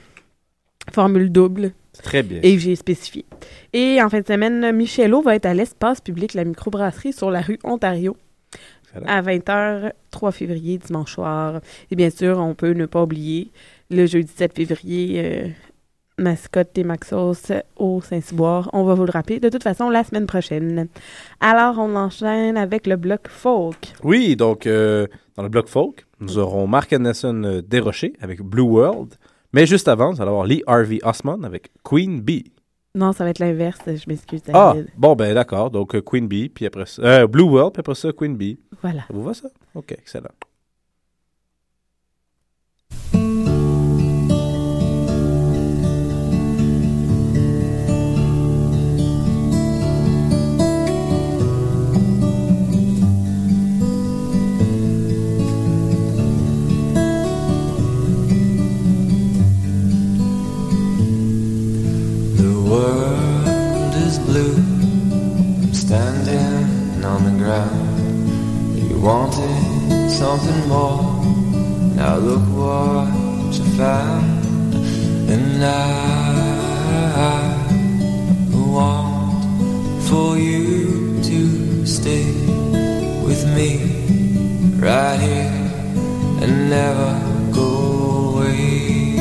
[SPEAKER 5] Formule double.
[SPEAKER 6] C'est très bien.
[SPEAKER 5] Et j'ai spécifié. Et en fin de semaine, Michelot va être à l'espace public, la microbrasserie, sur la rue Ontario,
[SPEAKER 6] Excellent.
[SPEAKER 5] à vingt heures, trois février, dimanche soir. Et bien sûr, on peut ne pas oublier le jeudi sept février, euh, mascotte des Maxos au Saint-Cyboire. On va vous le rappeler de toute façon la semaine prochaine. Alors, on enchaîne avec le bloc folk.
[SPEAKER 6] Oui, donc euh, dans le bloc folk, nous aurons Mark Anderson euh, Desrochers avec Blue World. Mais juste avant, nous allons avoir Lee Harvey Osmond avec Queen Bee.
[SPEAKER 5] Non, ça va être l'inverse. Je m'excuse, David.
[SPEAKER 6] Ah, bon, ben d'accord. Donc, euh, Queen Bee, puis après ça... Euh, Blue World, puis après ça, Queen Bee.
[SPEAKER 5] Voilà.
[SPEAKER 6] Ça vous va, ça? OK, excellent.
[SPEAKER 9] Standing on the ground, you wanted something more. Now look what you found, and I want for you to stay with me right here and never go away.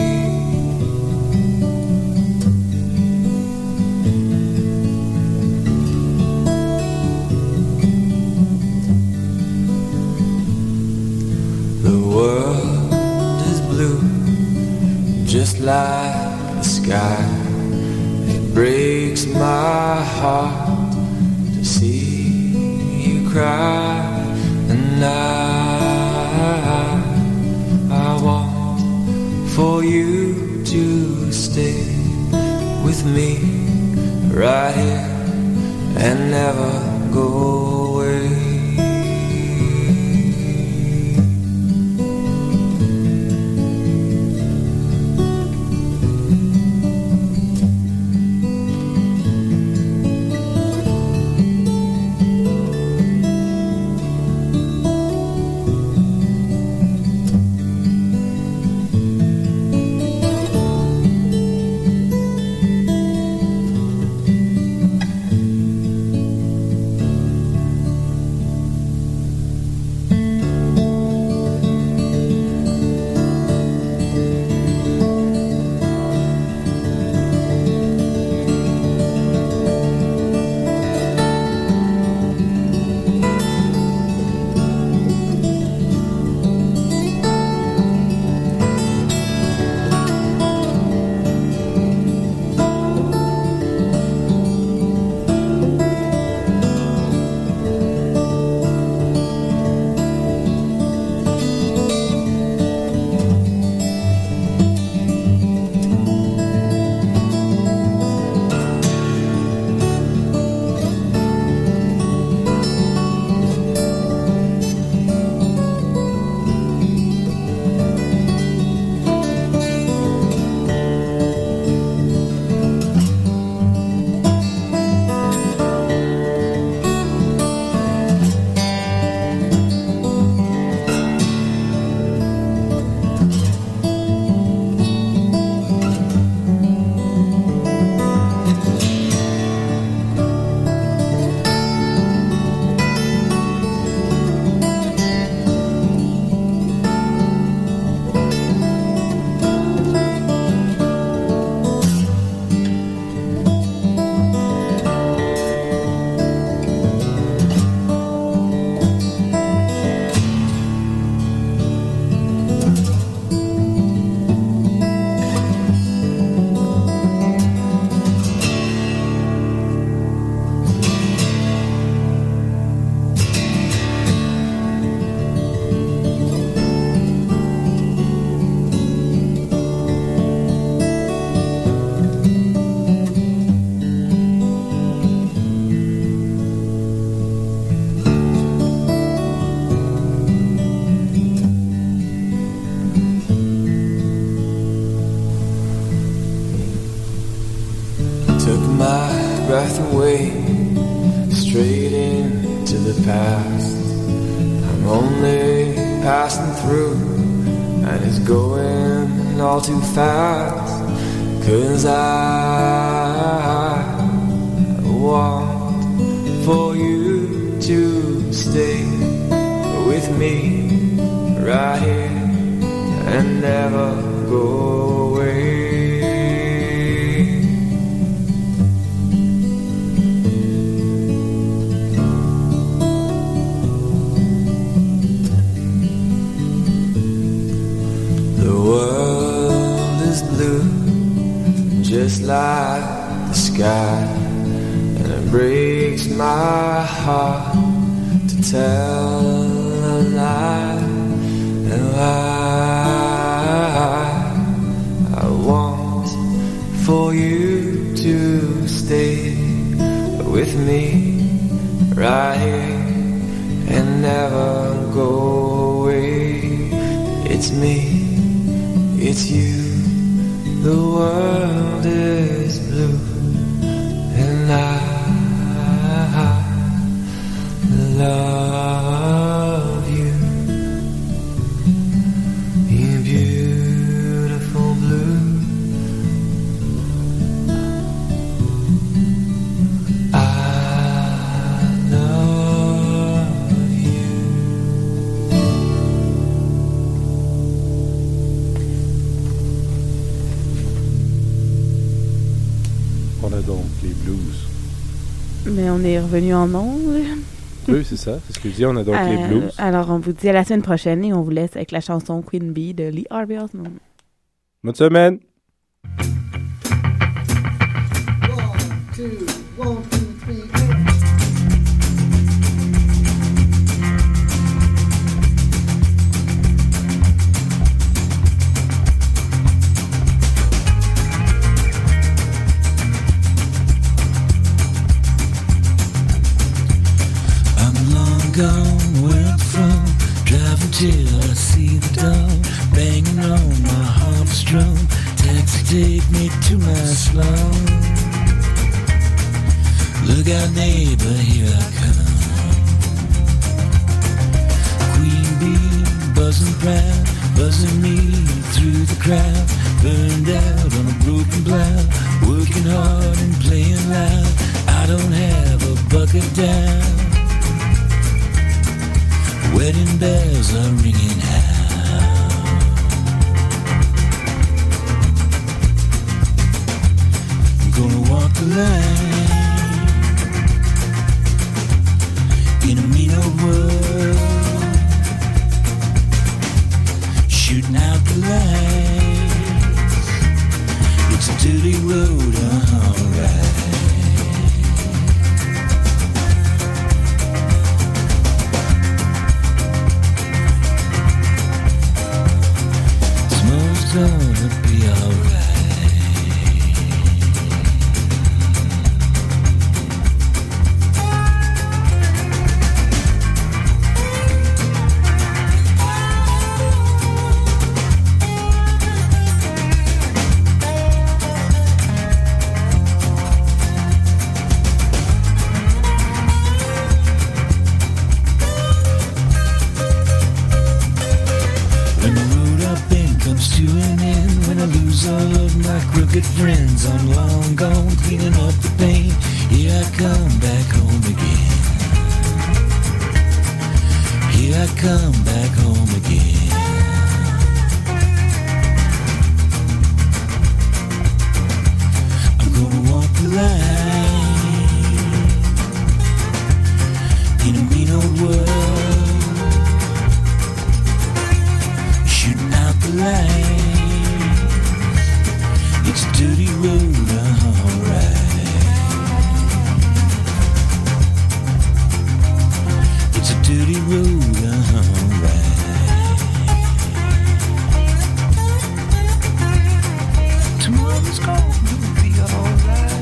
[SPEAKER 9] Just like the sky, it breaks my heart to see you cry, and I, I want for you to stay with me right here and never go away. breath away, straight into the past. I'm only passing through, and it's going all too fast. 'Cause I want for you to stay with me right here and never go away. like the sky, and it breaks my heart to tell a lie. And I, I want for you to stay with me right here and never go away. It's me, it's you. The world is blue, and I love you. You beautiful blue. I love you.
[SPEAKER 6] On a donc les blues.
[SPEAKER 5] Mais on est revenu en ondes.
[SPEAKER 6] Oui, c'est ça. C'est ce que je dis. On a donc
[SPEAKER 5] euh,
[SPEAKER 6] les blues.
[SPEAKER 5] Alors, on vous dit à la semaine prochaine et on vous laisse avec la chanson Queen Bee de Lee Harvey Oswald.
[SPEAKER 6] Bonne semaine!
[SPEAKER 18] Two, one, two, three,
[SPEAKER 8] gone where I'm from, driving till I see the dawn, banging on my harvest drum, taxi take me to my slum. Look out neighbor, here I come. Queen bee, buzzing proud, buzzing me through the crowd, burned out on a broken plow, working hard and playing loud, I don't have a bucket down. Wedding bells are ringing out. I'm gonna walk the line in a mean old world, shooting out the lights. It's a dirty road, alright. Gonna be alright. Good friends, I'm long gone, cleaning up the pain. Here I come back home again. Here I come back home again. I'm gonna walk the line in a mean old world, shooting out the light. It's a dirty road, alright. It's a dirty road, alright. Tomorrow's gonna be alright.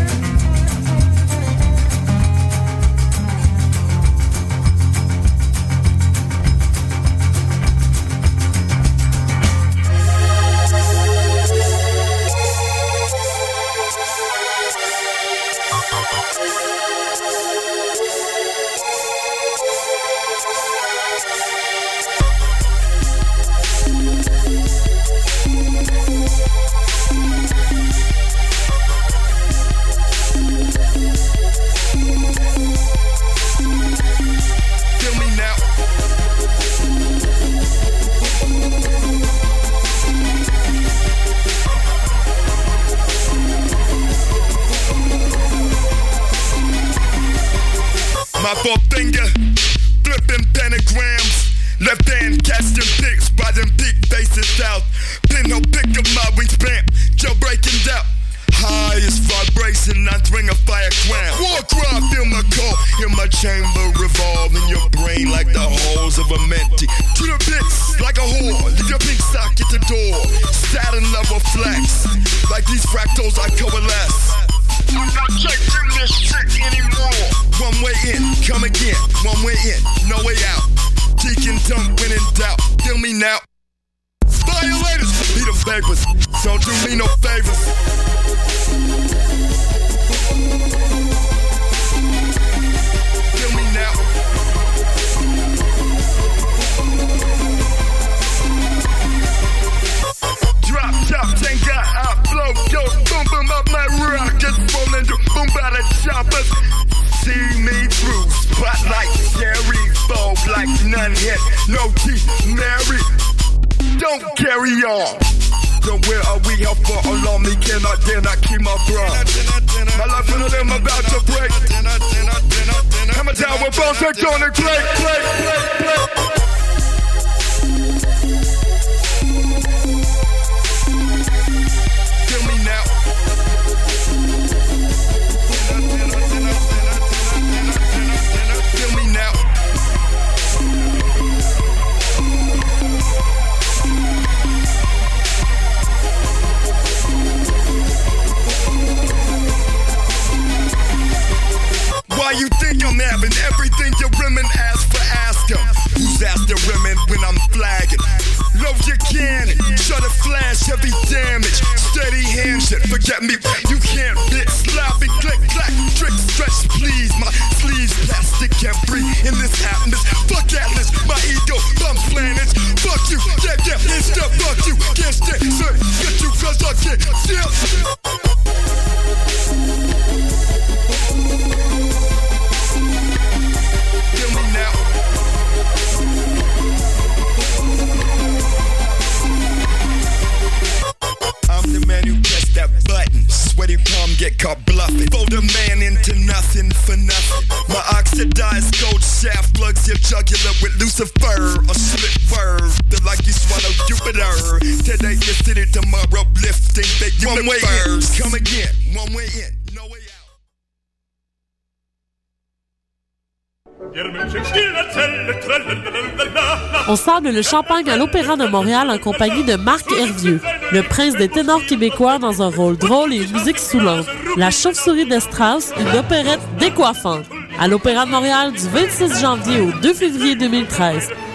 [SPEAKER 19] My forefinger, flipping pentagrams. Left hand casting pics by them peak faces south. Pinhole pick up my wingspan, jailbreaking doubt. Ha girls of a mentee. To the bits like a whore, leave your pink sock at the door. Satin level flex, like these fractals I coalesce. I'm not chasing this shit anymore. One way in, come again. One way in, no way out. Deacon dump when in doubt. Feel me now. Violators, be them papers. Don't do me no favors. Feel me now. Drop, top, tenga, I flow, go, boom, boom, up my rockets, rolling to boom, by the choppers. See me through, spotlight, cherry, bulb like none hit, no teeth, Mary, don't carry on. Then where are we? How far along me? Cannot, dare not keep my bra. My life in them about to break. I'm a tower bones, they're gonna break, break, break, break. Why you think I'm having everything your women ask for? Ask them. Who's after women when I'm flagging? Load your cannon, shut a flash, heavy damage. Steady hand shit, forget me. You can't bitch, sloppy, click, clack, trick, stretch, please. My sleeves plastic can't breathe in this atmosphere. Fuck Atlas, my ego bumps planets. Fuck you, yeah, yeah, it's the fuck you. Can't stand, sir, get you cause I can't still. I'm the man who pressed that button. Sweaty palm get caught bluffing. Fold a man into nothing for nothing. My oxidized gold shaft plugs your jugular with Lucifer. A split word, the like you swallow Jupiter. Today you city, tomorrow lifting the universe. One way in, come again. One way in, no way out.
[SPEAKER 1] On sable le champagne à l'Opéra de Montréal en compagnie de Marc Hervieux, le prince des ténors québécois dans un rôle drôle et une musique soulante. La chauve-souris de Strauss, une opérette décoiffante. À l'Opéra de Montréal du vingt-six janvier au deux février deux mille treize.